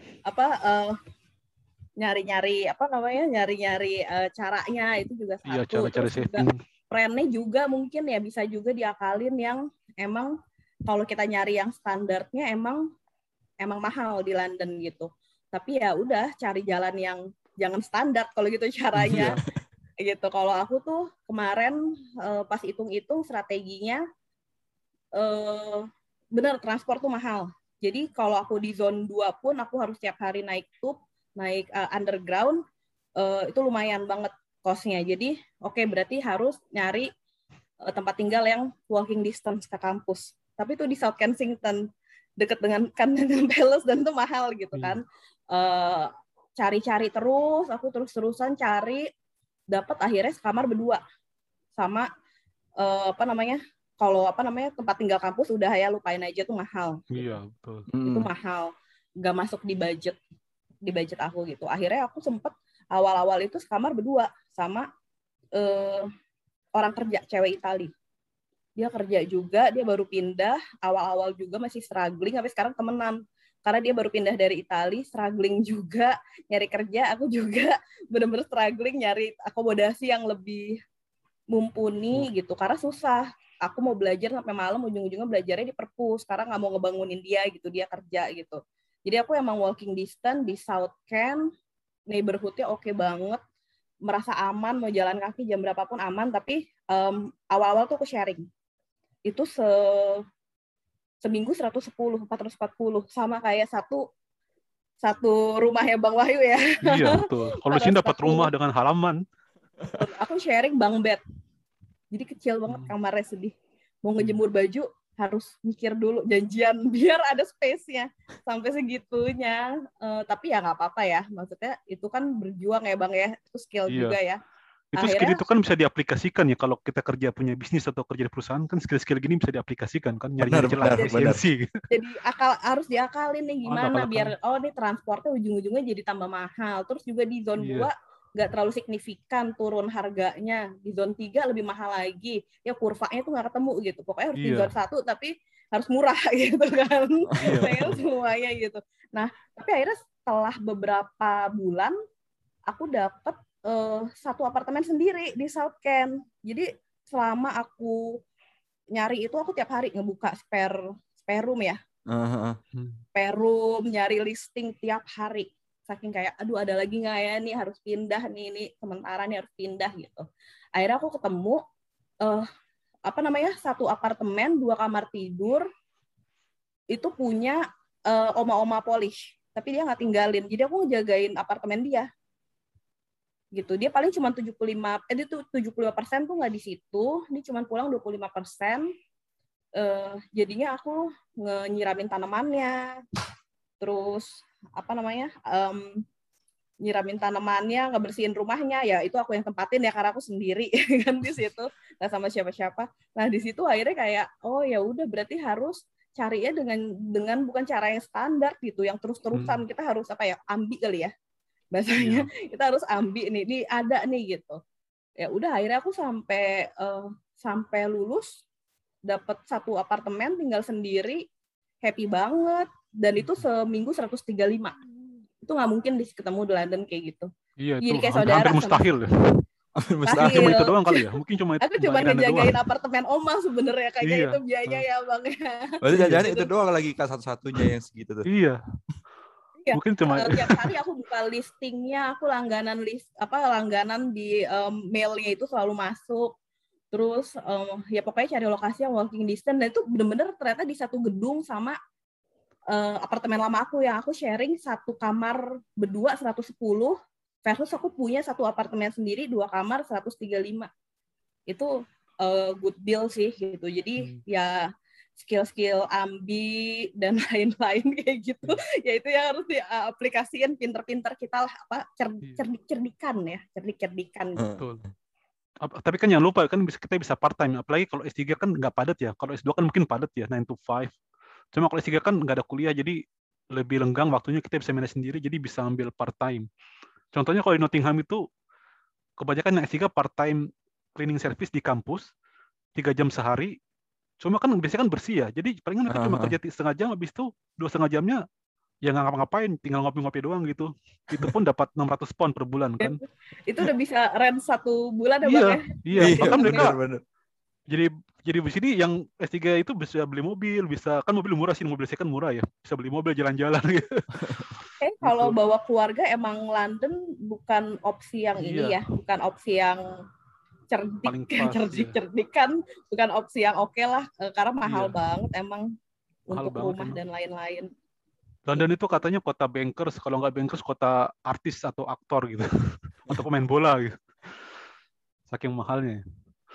Nyari-nyari apa namanya? Nyari-nyari caranya itu juga Iya, satu. cara-cara Terus juga setting. trendnya juga mungkin ya bisa juga diakalin yang emang kalau kita nyari yang standarnya emang mahal di London gitu. Tapi ya udah cari jalan yang jangan standar kalau gitu caranya. Gitu. Kalau aku tuh kemarin pas hitung-hitung strateginya bener transport tuh mahal. Jadi kalau aku di zone 2 pun aku harus tiap hari naik tube, naik underground, itu lumayan banget cost-nya. Jadi oke, berarti harus nyari tempat tinggal yang walking distance ke kampus. Tapi itu di South Kensington, deket dengan Kensington Palace dan itu mahal gitu kan. Cari-cari terus, aku terus-terusan cari, dapat akhirnya sekamar berdua sama kalau tempat tinggal kampus udah ya lupain aja tuh mahal. Iya, betul. Itu mahal, nggak masuk di budget aku gitu. Akhirnya aku sempet awal-awal itu sekamar berdua sama orang kerja cewek Itali. Dia kerja juga, dia baru pindah, awal-awal juga masih struggling, tapi sekarang temenan. Karena dia baru pindah dari Itali, struggling juga nyari kerja, aku juga benar-benar struggling nyari akomodasi yang lebih mumpuni gitu, karena susah. Aku mau belajar sampai malam, ujung-ujungnya belajarnya di perpus, karena nggak mau ngebangunin dia gitu, dia kerja gitu. Jadi aku emang walking distance di South Ken, neighborhood-nya oke banget, merasa aman, mau jalan kaki jam berapapun aman, tapi awal-awal tuh aku sharing. Itu seminggu 440, sama kayak satu rumahnya Bang Wahyu ya. Iya, betul. Kalau di sini dapat rumah dengan halaman. Aku sharing bunk bed. Jadi kecil banget kamarnya, sedih. Mau ngejemur baju harus mikir dulu janjian biar ada space-nya sampai segitunya. Tapi ya nggak apa-apa ya. Maksudnya itu kan berjuang ya Bang ya. Itu skill juga ya. Itu skill itu kan bisa diaplikasikan ya kalau kita kerja punya bisnis atau kerja di perusahaan, kan skill-skill gini bisa diaplikasikan kan, nyari-nyari celah efisiensi. Jadi harus diakalin nih gimana biar nih transportnya ujung-ujungnya jadi tambah mahal. Terus juga di zone 2 nggak terlalu signifikan turun harganya. Di zone 3 lebih mahal lagi. Ya kurvanya tuh nggak ketemu gitu. Pokoknya harus di zone 1 tapi harus murah gitu kan. Pengen semuanya gitu. Nah, tapi akhirnya setelah beberapa bulan aku dapet satu apartemen sendiri di South Ken. Jadi selama aku nyari itu aku tiap hari ngebuka spare room ya. Spare room, nyari listing tiap hari. Saking kayak aduh ada lagi nggak ya nih, harus pindah nih sementara nih harus pindah gitu. Akhirnya aku ketemu satu apartemen 2 kamar tidur itu punya oma-oma Polish, tapi dia nggak tinggalin. Jadi aku ngejagain apartemen dia. Gitu. Dia paling cuma 75% tuh nggak di situ, dia cuma pulang 25%. Jadinya aku nyiramin tanamannya, terus nyiramin tanamannya, ngebersihin rumahnya, ya itu aku yang tempatin ya karena aku sendiri kan di situ, nggak sama siapa-siapa. Nah di situ akhirnya kayak oh ya udah berarti harus carinya dengan bukan cara yang standar gitu, yang terus-terusan. Kita harus ambi kali ya bahasanya. Kita harus ambil nih ada nih gitu. Ya udah akhirnya aku sampai lulus dapat satu apartemen tinggal sendiri, happy banget, dan itu seminggu 135. Itu nggak mungkin ketemu di London kayak gitu. Iya, itu Jadi kayak hampir saudara sama mustahil ya. Mustahil. Cuma itu doang kali ya. Mungkin cuma Aku cuma bayarannya ngejagain doang. apartemen Oma sebenarnya, kayaknya Iya. itu biayanya ya Bang ya. Berarti jangan-jangan Gitu. itu doang lagi kelas satu-satunya yang segitu tuh. Iya. Iya, Mungkin cuma tiap hari aku buka listingnya, aku langganan di mailnya itu selalu masuk. Terus ya pokoknya cari lokasi yang walking distance, dan itu bener-bener ternyata di satu gedung sama apartemen lama aku yang aku sharing satu kamar berdua 110 versus aku punya satu apartemen sendiri 2 kamar 135. Itu good deal sih gitu. Jadi ya skill-skill ambi dan lain-lain kayak gitu. Ya itu yang harus diaplikasikan pinter-pinter kita lah, cerdik-cerdikan. Betul. Tapi kan jangan lupa kan kita bisa part time, apalagi kalau S3 kan nggak padat ya. Kalau S2 kan mungkin padat ya, 9 to 5. Cuma kalau S3 kan nggak ada kuliah, jadi lebih lenggang waktunya, kita bisa manage sendiri, jadi bisa ambil part time. Contohnya kalau di Nottingham itu kebanyakan yang S3 part time cleaning service di kampus 3 jam sehari. Cuma kan biasanya kan bersih ya, jadi palingan mereka cuma kerja setengah jam, habis itu 2,5 jamnya ya nggak ngapa-ngapain, tinggal ngopi-ngopi doang gitu. Itu pun dapat 600 pound per bulan kan. Itu udah bisa rent 1 bulan ya Iya, Bang ya? iya. Bahkan mereka bener. jadi di sini yang S3 itu bisa beli mobil, bisa kan mobil murah sih, mobil second murah ya, bisa beli mobil jalan-jalan gitu. Kalau bawa keluarga emang London bukan opsi yang ini ya, bukan opsi yang cerdik kan, bukan opsi yang oke lah, karena mahal banget emang mahal untuk rumah emang. Dan lain-lain. London itu katanya kota bankers, kalau nggak bankers kota artis atau aktor gitu, atau pemain bola gitu, saking mahalnya.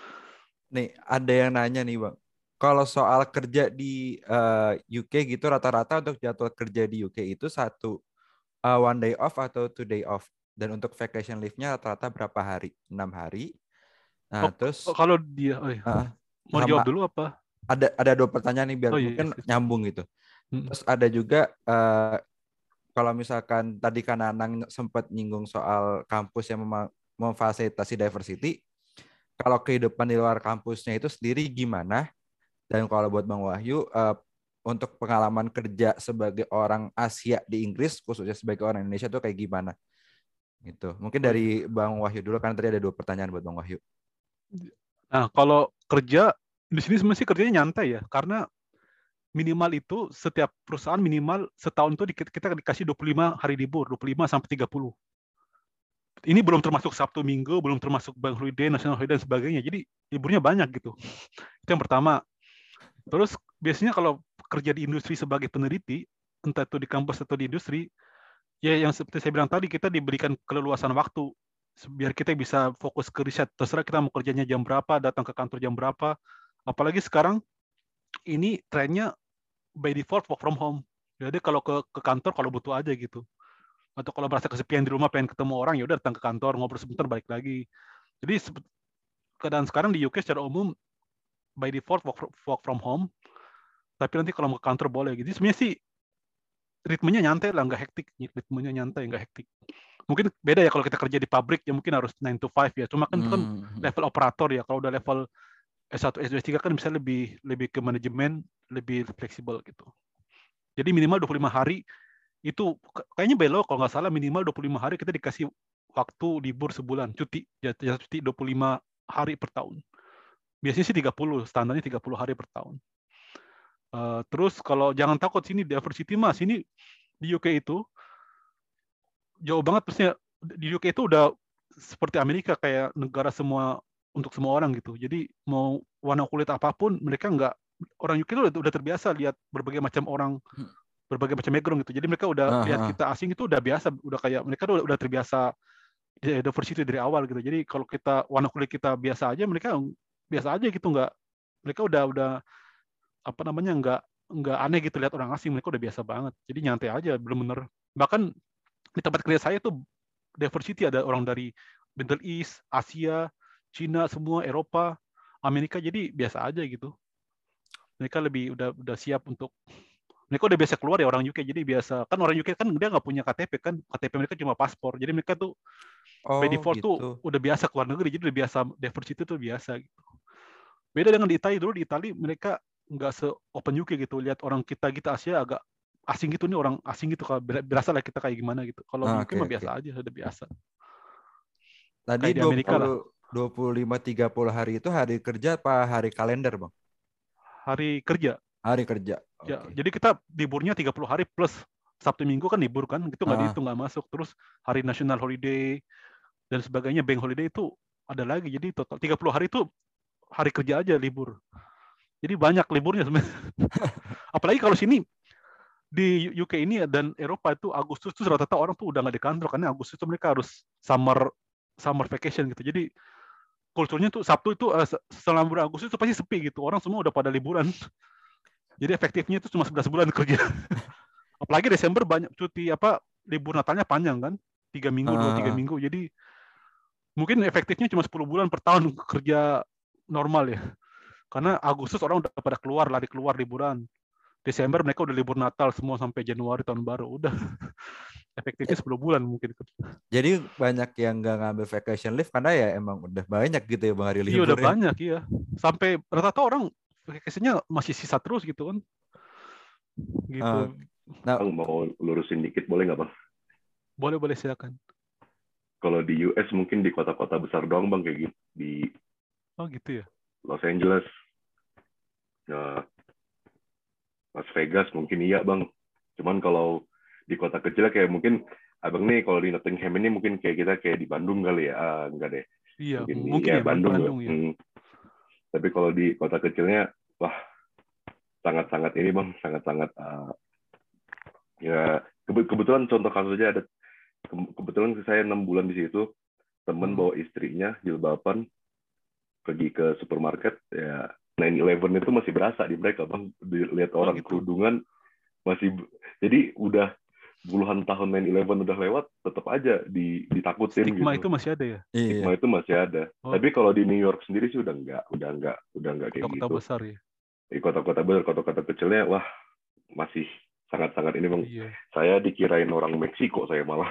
Nih ada yang nanya nih Bang, kalau soal kerja di UK gitu rata-rata untuk jadwal kerja di UK itu one day off atau 2 day off, dan untuk vacation leave-nya rata-rata berapa hari? 6 hari. Nah, terus kalau dia mau jawab dulu apa? Ada 2 pertanyaan nih biar mungkin nyambung gitu. Terus ada juga kalau misalkan tadi kan Anang sempat nyinggung soal kampus yang memfasilitasi diversity, kalau kehidupan di luar kampusnya itu sendiri gimana? Dan kalau buat Bang Wahyu, untuk pengalaman kerja sebagai orang Asia di Inggris, khususnya sebagai orang Indonesia tuh kayak gimana? Gitu. Mungkin dari Bang Wahyu dulu, kan tadi ada 2 pertanyaan buat Bang Wahyu. Nah, kalau kerja di sini sebenarnya sih kerjanya nyantai ya, karena minimal itu setiap perusahaan minimal setahun tuh kita dikasih 25 hari libur, 25 sampai 30. Ini belum termasuk Sabtu Minggu, belum termasuk Bank Holiday, National Holiday dan sebagainya. Jadi liburnya banyak gitu. Itu yang pertama. Terus biasanya kalau kerja di industri sebagai peneliti, entah itu di kampus atau di industri, ya yang seperti saya bilang tadi, kita diberikan keleluasan waktu biar kita bisa fokus ke riset. Terserah kita mau kerjanya jam berapa, datang ke kantor jam berapa. Apalagi sekarang ini trennya by default work from home. Jadi kalau ke kantor kalau butuh aja gitu. Atau kalau merasa kesepian di rumah pengen ketemu orang, ya udah datang ke kantor, ngobrol sebentar balik lagi. Jadi keadaan sekarang di UK secara umum by default work from home. Tapi nanti kalau mau ke kantor boleh. Jadi sebenarnya sih ritmenya nyantai lah, nggak hektik. Ritmenya nyantai, nggak hektik. Mungkin beda ya kalau kita kerja di pabrik, ya mungkin harus 9 to 5 ya. Cuma kan itu kan level operator ya. Kalau udah level S1, S2, S3 kan bisa lebih ke manajemen, lebih fleksibel gitu. Jadi minimal 25 hari itu kayaknya belok kalau nggak salah, minimal 25 hari kita dikasih waktu libur sebulan, cuti. Ya cuti 25 hari per tahun. Biasanya sih 30, standarnya 30 hari per tahun. Terus kalau jangan takut sini diversity mas, ini di UK itu jauh banget, maksudnya di UK itu udah seperti Amerika, kayak negara semua untuk semua orang gitu. Jadi mau warna kulit apapun, mereka nggak, orang UK itu udah terbiasa lihat berbagai macam orang, berbagai macam background gitu. Jadi mereka udah lihat kita asing itu udah biasa, udah kayak mereka udah terbiasa diversity dari awal gitu. Jadi kalau kita warna kulit kita biasa aja, mereka biasa aja gitu, nggak, mereka udah apa namanya, nggak aneh gitu lihat orang asing, mereka udah biasa banget. Jadi nyantai aja, bener-bener. Bahkan di tempat kerja saya tuh diversity, ada orang dari Middle East, Asia, Cina, semua, Eropa, Amerika, jadi biasa aja gitu. Mereka lebih udah siap untuk, mereka udah biasa keluar ya orang UK, jadi biasa kan orang UK kan dia nggak punya KTP kan, KTP mereka cuma paspor, jadi mereka tuh Oh, By default gitu. tuh udah biasa keluar negeri, jadi udah biasa diversity tuh biasa gitu. Beda dengan di Italia, dulu di Italia mereka nggak se-open UK gitu. Lihat orang kita Asia agak asing gitu, nih orang asing gitu, berasa lah kita kayak gimana gitu. Kalau di UK mah Oke. biasa aja, udah biasa. Tadi Kayak di Amerika lah. 25-30 hari itu hari kerja apa hari kalender, Bang? Hari kerja. Hari kerja. Ya, Oke. jadi kita liburnya 30 hari plus Sabtu Minggu kan libur kan, itu nggak Ah, dihitung, nggak masuk. Terus hari national holiday dan sebagainya, bank holiday itu ada lagi. Jadi total 30 hari itu hari kerja aja libur. Jadi banyak liburnya sebenarnya. Apalagi kalau sini di UK ini dan Eropa itu Agustus tuh rata-rata orang tuh udah nggak di kantor, karena Agustus itu mereka harus summer vacation gitu. Jadi kulturnya tuh Sabtu itu setelah bulan Agustus itu pasti sepi gitu. Orang semua udah pada liburan. Jadi efektifnya itu cuma 11 bulan kerja. Apalagi Desember banyak cuti libur Natalnya panjang kan. 3 minggu, 2-3 ah. minggu. Jadi mungkin efektifnya cuma 10 bulan per tahun kerja normal ya. Karena Agustus orang udah pada lari keluar liburan. Desember mereka udah libur Natal semua sampai Januari tahun baru. Udah efektifnya 10 bulan mungkin. Jadi banyak yang nggak ngambil vacation leave karena ya emang udah banyak gitu ya Bang hari Iya udah liburnya. banyak iya. Sampai rata-rata orang vacation-nya masih sisa terus gitu kan. Gitu. Nah, Bang mau lurusin dikit boleh nggak Bang? Boleh silakan. Kalau di US mungkin di kota-kota besar doang Bang kayak gitu. Di Oh gitu ya. Los Angeles, Las Vegas mungkin iya Bang. Cuman kalau di kota kecil kayak mungkin Abang nih kalau di Nottingham ini mungkin kayak kita kayak di Bandung kali ya. Enggak deh. Iya, Mungkin ya Bandung ya. Tapi kalau di kota kecilnya, wah sangat-sangat ini Bang, sangat-sangat ya kebetulan contoh kasus aja ada kebetulan saya 6 bulan di situ, temen bawa istrinya jilbaban pergi ke supermarket ya 9/11 itu masih berasa di mereka Bang, dilihat orang gitu. kerudungan masih, jadi udah puluhan tahun 9/11 udah lewat tetap aja ditakutin Stigma gitu. Itu masih ada ya? Stigma itu masih ada. Tapi kalau di New York sendiri sih udah enggak kayak gitu. Kota besar ya. Di kota-kota besar, kota-kota kecilnya wah masih sangat-sangat ini Bang. Iya. Saya dikirain orang Meksiko saya malah.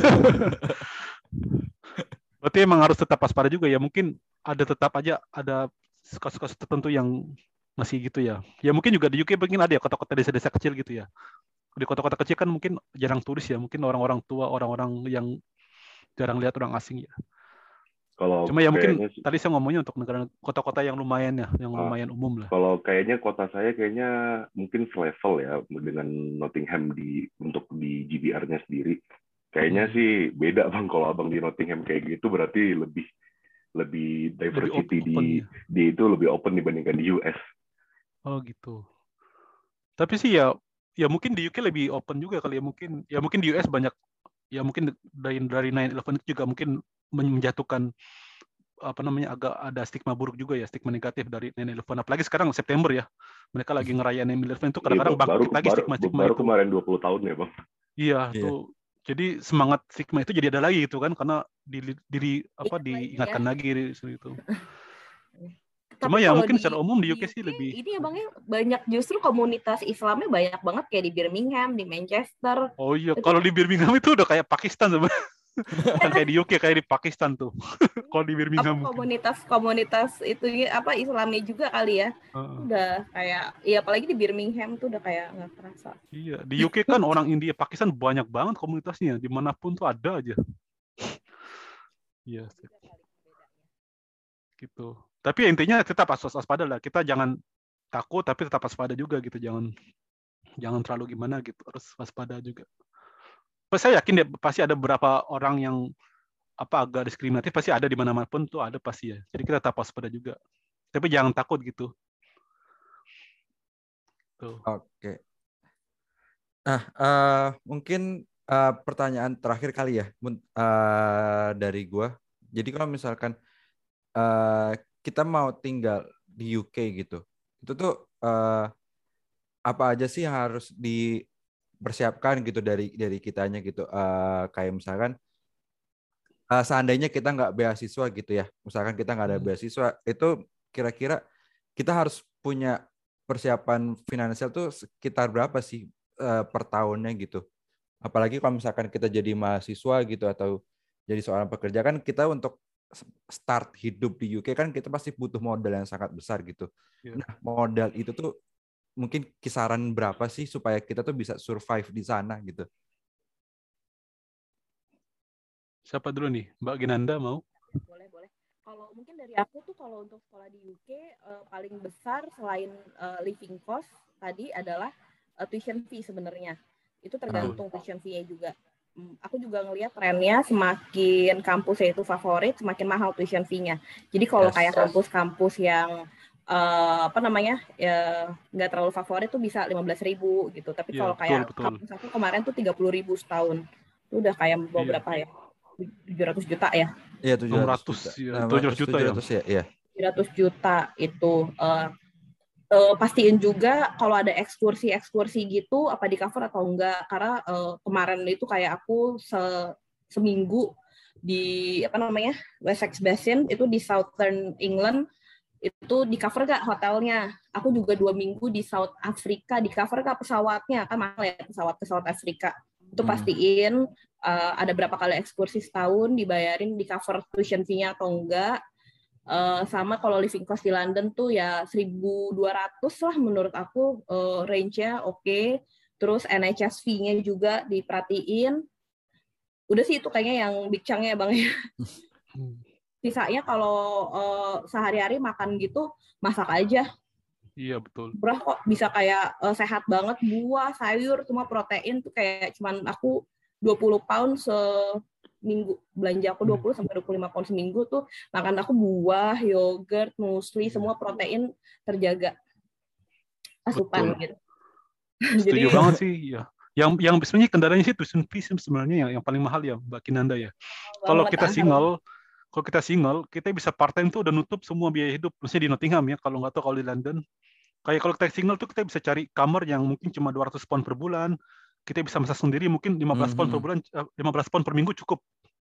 Berarti emang harus tetap waspada juga ya. Mungkin tetap aja ada kasus-kasus tertentu yang masih gitu ya. Ya mungkin juga di UK mungkin ada ya kota-kota desa-desa kecil gitu ya. Di kota-kota kecil kan mungkin jarang turis ya. Mungkin orang-orang tua, orang-orang yang jarang lihat orang asing ya. Cuma ya mungkin tadi saya ngomongnya untuk negara kota-kota yang lumayan ya, yang lumayan umum lah. Kalau kayaknya kota saya kayaknya mungkin selevel ya dengan Nottingham untuk di GBR-nya sendiri. Kayaknya sih beda Bang, kalau Abang di Nottingham kayak gitu berarti lebih diversity di itu lebih open dibandingkan di US. Oh gitu. Tapi sih ya mungkin di UK lebih open juga kali ya, mungkin di US banyak ya, mungkin dari 9/11 itu juga mungkin menjatuhkan agak ada stigma buruk juga ya, stigma negatif dari 9/11. Apalagi sekarang September ya, mereka lagi ngerayain 9/11 itu kadang-kadang bangkit lagi stigma itu. Baru kemarin 20 tahun ya Bang. Iya tuh. Jadi semangat stigma itu jadi ada lagi gitu kan, karena diingatkan lagi itu. Cuma tapi ya mungkin secara umum di UK sih lebih ini ya Bang ya, banyak justru komunitas Islamnya banyak banget kayak di Birmingham, di Manchester. Oh iya, kalau di Birmingham itu udah kayak Pakistan sebenarnya. Kan kayak di UK, kayak di Pakistan tuh. Kalau di Birmingham komunitas itu Islamnya juga kali ya. Udah kayak apalagi di Birmingham tuh udah kayak nggak kerasa. Iya, di UK kan orang India, Pakistan banyak banget komunitasnya, dimanapun tuh ada aja. Iya. Gitu. Tapi intinya tetap waspada lah. Kita jangan takut, tapi tetap waspada juga gitu. Jangan terlalu gimana gitu. Harus waspada juga. Saya yakin pasti ada beberapa orang yang agak diskriminatif, pasti ada di mana-mana pun tuh ada pasti ya. Jadi kita tetap waspada juga. Tapi jangan takut gitu. Tuh. Oke. Nah, mungkin pertanyaan terakhir kali ya dari gua. Jadi kalau misalkan kita mau tinggal di UK gitu, itu tuh apa aja sih yang harus dipersiapkan gitu dari kitanya gitu, kayak misalkan seandainya kita nggak beasiswa gitu ya, misalkan kita nggak ada beasiswa, itu kira-kira kita harus punya persiapan finansial tuh sekitar berapa sih per tahunnya gitu, apalagi kalau misalkan kita jadi mahasiswa gitu atau jadi seorang pekerja kan kita untuk start hidup di UK kan kita pasti butuh modal yang sangat besar gitu. Iya. Nah, modal itu tuh mungkin kisaran berapa sih supaya kita tuh bisa survive di sana gitu? Siapa dulu nih? Mbak Ginanda mau? Boleh. Kalau mungkin dari aku tuh kalau untuk sekolah di UK paling besar selain living cost tadi adalah tuition fee sebenarnya. Itu tergantung tuition fee-nya juga. Aku juga ngelihat trennya semakin kampusnya itu favorit, semakin mahal tuition fee-nya. Jadi kalau kayak kampus-kampus yang nggak terlalu favorit tuh bisa 15.000 gitu. Tapi kalau kayak kampus aku kemarin tuh 30.000 setahun. Itu udah kayak berapa ya? 700 juta ya? Iya, 700 juta ya. 700 juta itu. Pastiin juga kalau ada ekskursi gitu apa di cover atau enggak, karena kemarin itu kayak aku seminggu di Wessex Basin itu di Southern England itu di cover gak hotelnya. Aku juga 2 minggu di South Africa, di cover gak pesawatnya, kan mahal ya pesawat Afrika. Itu pastiin ada berapa kali ekskursi setahun, dibayarin di cover tuition fee-nya atau enggak. Sama kalau living cost di London tuh ya 1.200 lah menurut aku, range-nya oke. Terus NHS fee-nya juga diperhatiin. Udah sih itu kayaknya yang big chunk-nya Bang ya. Sisanya kalau sehari-hari makan gitu masak aja. Iya betul. Murah kok, bisa kayak sehat banget, buah, sayur, semua protein tuh kayak cuman aku 20 pound seminggu, belanja aku 20 sampai 25 pound seminggu tuh makan aku buah, yogurt, muesli, semua protein terjaga. Asupan gitu. Setuju banget sih ya. Yang sebenarnya kendalanya sih tuition fee sebenarnya yang paling mahal ya Mbak Kinanda ya. Kalau kita single, kita bisa part time tuh udah nutup semua biaya hidup. Maksudnya di Nottingham ya, kalau nggak tahu kalau di London. Kayak kalau kita single tuh kita bisa cari kamar yang mungkin cuma 200 pound per bulan. Kita bisa masak sendiri mungkin 15 pound per bulan, 15 pound per minggu cukup.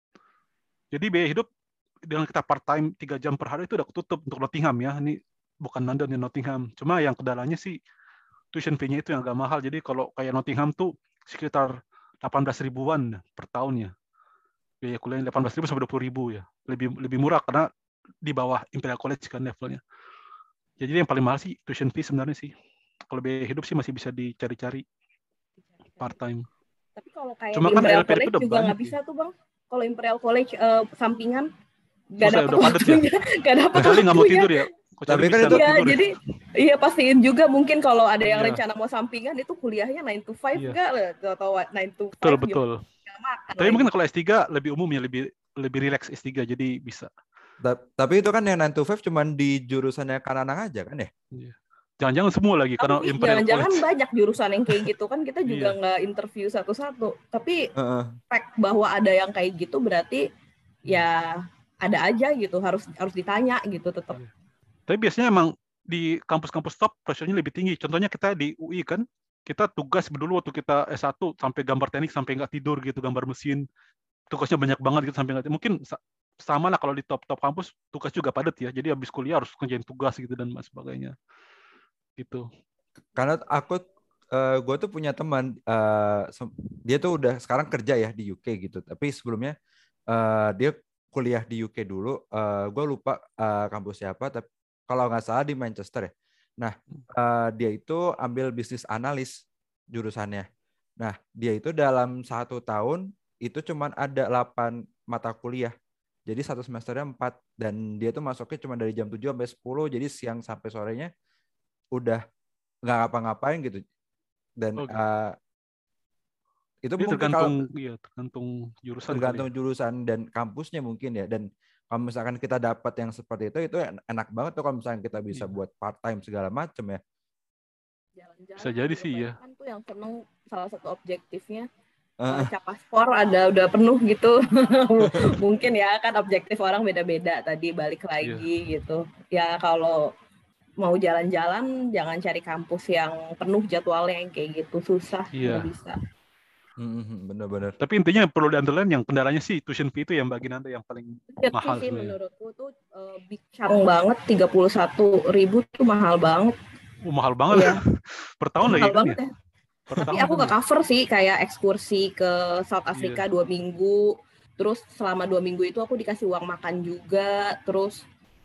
Jadi biaya hidup dengan kita part time 3 jam per hari itu udah ketutup untuk Nottingham ya. Ini bukan London ya, Nottingham. Cuma yang kendalanya sih tuition fee-nya itu yang agak mahal. Jadi kalau kayak Nottingham tuh sekitar 18 ribuan per tahunnya. Biaya kuliah 18.000 sampai 20.000 ya. Lebih murah karena di bawah Imperial College kan levelnya. Jadi yang paling mahal sih tuition fee sebenarnya sih. Kalau biaya hidup sih masih bisa dicari-cari part time. Tapi kalau kayak cuma di kan Imperial LPDP College juga nggak bisa tuh Bang. Kalau Imperial College sampingan nggak dapat waktunya, nggak dapat waktunya. Nggak mau tidur ya. Tapi kan itu jadi iya pastiin juga mungkin kalau ada yang rencana mau sampingan itu kuliahnya 9 to 5 enggak atau 9 to 5. Betul. Tapi mungkin kalau S3 lebih umum ya, lebih rileks S3 jadi bisa. Tapi itu kan yang 9 to 5 cuman di jurusannya Kananang aja kan ya? Iya. Jangan-jangan semua lagi karena Imperial College. Jangan banyak jurusan yang kayak gitu kan, kita juga nggak interview satu-satu. Tapi fact bahwa ada yang kayak gitu berarti ya ada aja gitu, harus ditanya gitu tetap. Iya. Tapi biasanya emang di kampus-kampus top pressure-nya lebih tinggi. Contohnya kita di UI kan, kita tugas dulu waktu kita S1 sampai gambar teknik sampai nggak tidur gitu, gambar mesin. Tugasnya banyak banget gitu sampai nggak tidur. Mungkin sama lah kalau di top tugas juga padat ya. Jadi habis kuliah harus kerjain tugas gitu dan sebagainya. Gitu. Karena gue tuh punya teman, dia tuh udah sekarang kerja ya di UK gitu. Tapi sebelumnya dia kuliah di UK dulu. Gue lupa kampus siapa, tapi kalau nggak salah di Manchester ya. Nah, dia itu ambil bisnis analis jurusannya. Nah, dia itu dalam 1 tahun itu cuma ada 8 mata kuliah. Jadi 1 semesternya 4. Dan dia tuh masuknya cuma dari jam 7 sampai 10. Jadi siang sampai sorenya udah nggak ngapa-ngapain gitu. Dan itu mungkin tergantung jurusan. Tergantung jurusan dan kampusnya mungkin ya. Dan kalau misalkan kita dapat yang seperti itu enak banget tuh kalau misalkan kita bisa buat part time segala macam ya. Jalan-jalan bisa jadi sih ya. Kan tuh yang seneng salah satu objektifnya cap paspor udah penuh gitu. Mungkin ya kan objektif orang beda-beda tadi balik lagi gitu. Ya kalau mau jalan-jalan jangan cari kampus yang penuh jadwalnya yang kayak gitu, susah nggak bisa. Benar-benar. Tapi intinya yang perlu di-underline yang kendalanya sih tuition fee itu ya Mbak Ginanda yang paling mahal sih menurutku tuh big chunk banget, 31.000 tuh mahal banget. Mahal banget ya. Per tahun mahal lagi banget ya. Tapi aku nggak cover sih kayak ekskursi ke South Africa 2 minggu, Terus selama 2 minggu itu aku dikasih uang makan juga. Terus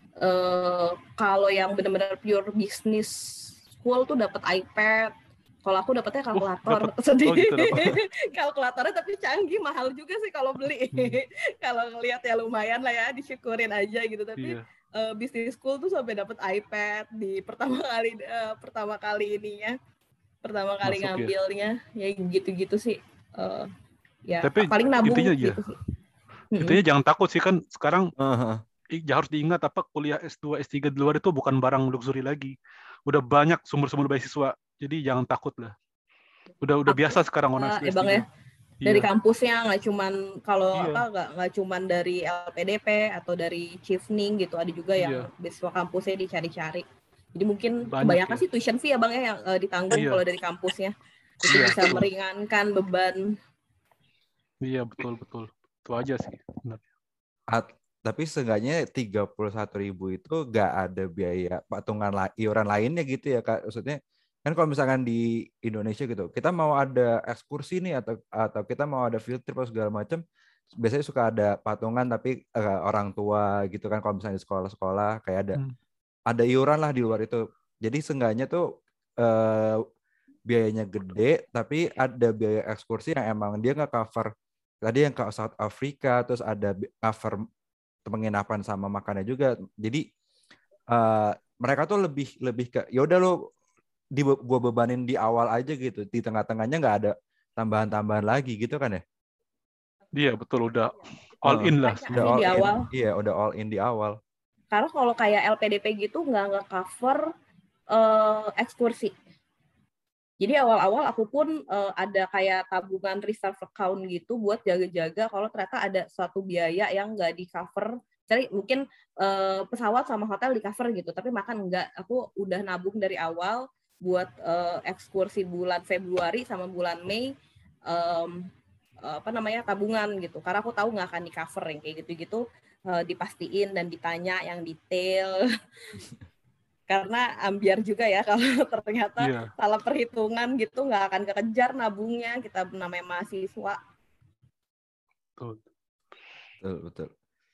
kalau yang benar-benar pure business school tuh dapat iPad. Kalau aku dapatnya kalkulator sendiri. gitu dapat. Kalkulatornya tapi canggih, mahal juga sih kalau beli. Kalau ngelihat ya lumayan lah ya, disyukurin aja gitu. Tapi Iya. business school tuh sampai dapat iPad di pertama kali ininya, pertama kali Masuk ya. ngambilnya, ya gitu-gitu sih. Ya Tapi paling nabung intinya gitu sih. Intinya jangan takut sih, kan sekarang Heeh. harus diingat apa, kuliah S2, S3 di luar itu bukan barang luxury lagi. Udah banyak sumber-sumber beasiswa. Jadi jangan takut lah. Udah biasa sekarang orang S2, Bang S3. ya. Dari Iya. kampusnya nggak cuman kalau Iya. nggak cuman dari LPDP atau dari Chevening gitu, ada juga yang beasiswa kampusnya dicari-cari. Jadi mungkin Banyak kebanyakan ya. sih tuition fee ya Bang ya yang ditanggung Iya. kalau dari kampusnya. Itu Iya, bisa betul. meringankan beban. Iya, betul. Itu aja sih. Benar. Tapi seenggaknya 31.000 itu nggak ada biaya patungan iuran lainnya gitu ya Kak. Maksudnya kan kalau misalkan di Indonesia gitu, kita mau ada ekskursi nih atau kita mau ada field trip atau segala macam, biasanya suka ada patungan tapi orang tua gitu kan, kalau misalnya di sekolah-sekolah kayak ada iuran lah di luar itu. Jadi seenggaknya tuh biayanya gede, tapi ada biaya ekskursi yang emang dia nggak cover. Tadi yang ke South Africa, terus ada cover penginapan sama makannya juga. Jadi mereka tuh lebih ke ya udah lo gue bebanin di awal aja gitu, di tengah-tengahnya nggak ada tambahan-tambahan lagi gitu kan ya? Iya, betul, udah all in lah. Udah all di in. awal. Iya, udah all in di awal. Karena kalau kayak LPDP gitu nggak cover ekskursi. Jadi awal-awal aku pun ada kayak tabungan reserve account gitu buat jaga-jaga kalau ternyata ada suatu biaya yang nggak di cover. Jadi mungkin pesawat sama hotel di cover gitu, tapi makan enggak. Aku udah nabung dari awal buat ekskursi bulan Februari sama bulan Mei, tabungan gitu. Karena aku tahu nggak akan di cover yang kayak gitu-gitu, dipastiin dan ditanya yang detail. Karena ambiar juga ya kalau ternyata salah perhitungan gitu, nggak akan kekejar nabungnya, kita namanya mahasiswa. Betul.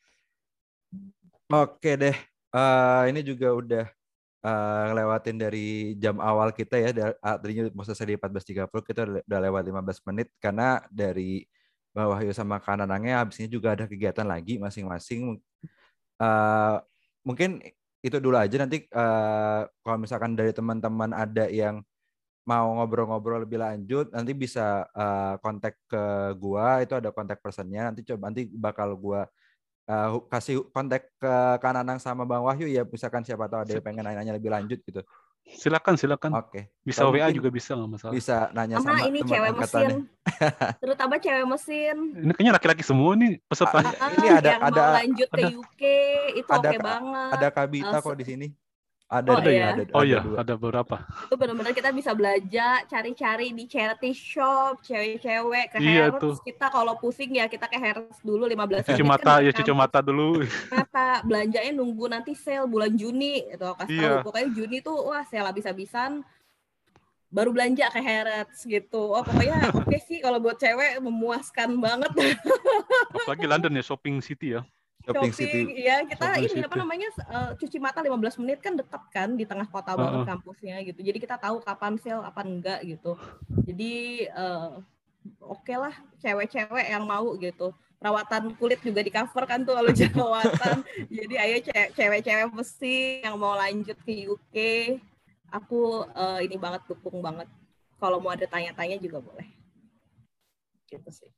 Oke deh, ini juga udah ngelewatin dari jam awal kita ya. Tadinya mau selesai di 14.30, kita udah lewat 15 menit karena dari Bang Wahyu sama Kak Nanangnya habis ini juga ada kegiatan lagi masing-masing. Mungkin itu dulu aja, nanti kalau misalkan dari teman-teman ada yang mau ngobrol-ngobrol lebih lanjut, nanti bisa kontak ke gua, itu ada kontak personnya, nanti bakal gua kasih kontak ke Kak Nanang sama Bang Wahyu ya, misalkan siapa tahu ada yang pengen nanya lebih lanjut gitu. Silakan. Oke. Bisa WA juga bisa, nggak masalah. Bisa nanya sama ini teman cewek angkatannya. mesin. Terutama cewek mesin. Ini kayaknya laki-laki semua nih pesertanya. Ini yang mau lanjut ke UK itu oke banget. Ada Kak Bita kok di sini. Ada ada beberapa. Itu benar-benar kita bisa belajar, cari-cari di charity shop, cewek-cewek ke Harrods. Kita kalau pusing ya kita ke Harrods dulu 15 menit. Cuci mata dulu. Mata belanjanya nunggu nanti sale bulan Juni itu kasih tahu. Pokoknya Juni tuh wah sale habis-habisan. Baru belanja ke Harrods gitu. Oh pokoknya oke sih kalau buat cewek memuaskan banget. Apalagi London ya, shopping city ya. Shopping, ya kita cuci mata 15 menit kan dekat kan di tengah kota banget kampusnya gitu. Jadi kita tahu kapan sale, kapan enggak gitu. Jadi oke lah cewek-cewek yang mau gitu. Perawatan kulit juga di cover kan tuh kalau jerawatan. Jadi ayo cewek-cewek mesin yang mau lanjut ke UK, aku ini banget dukung banget. Kalau mau ada tanya-tanya juga boleh. Gitu sih.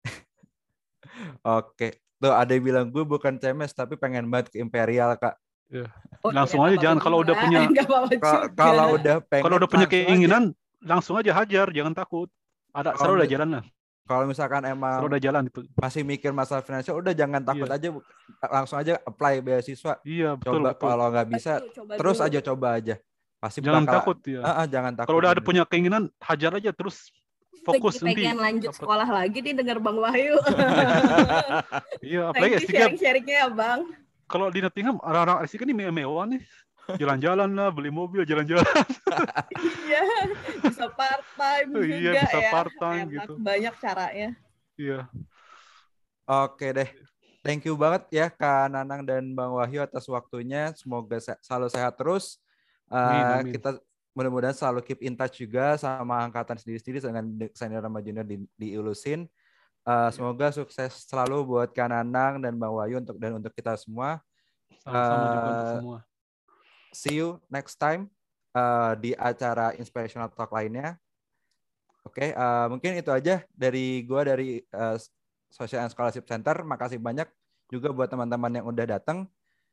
Oke. Tuh ada yang bilang gue bukan CMS tapi pengen banget ke Imperial Kak. Ya. Langsung aja jangan kalau udah punya kalau udah punya keinginan langsung aja hajar, jangan takut. Ada seru udah jalan lah. Kalau misalkan emang udah jalan itu. Masih mikir masalah finansial, udah jangan takut aja, langsung aja apply beasiswa. Iya, betul. Kalau nggak bisa terus aja coba aja. Pasti jangan takut ya. Jangan takut. Kalau udah ada punya keinginan hajar aja terus. Fokus nanti. Pengen lanjut sekolah lagi nih denger Bang Wahyu. Iya, apalagi S3. Sharing-sharingnya ya Bang. Kalau di Nottingham orang-orang S3 ini mewah nih. Jalan-jalan lah, beli mobil, jalan-jalan. Iya, bisa part-time juga bisa ya. part-time gitu. Banyak caranya. Iya. Oke deh. Thank you banget ya Kak Nanang dan Bang Wahyu atas waktunya. Semoga selalu sehat terus. Amin. Kita mudah-mudahan selalu keep in touch juga sama angkatan sendiri-sendiri dengan senior sama junior di Ilusin. Semoga sukses selalu buat Kak Nanang dan Bang Wahyu untuk kita semua. Sama-sama juga untuk semua. See you next time di acara Inspirational Talk lainnya. Oke, mungkin itu aja dari gua dari Social and Scholarship Center. Makasih banyak juga buat teman-teman yang udah datang.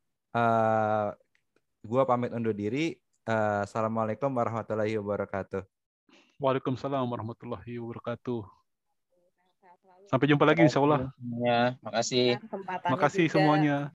Gua pamit undur diri. Assalamualaikum warahmatullahi wabarakatuh. Waalaikumsalam warahmatullahi wabarakatuh. Sampai jumpa lagi insya Allah. Makasih. Kesempatannya Makasih juga. semuanya.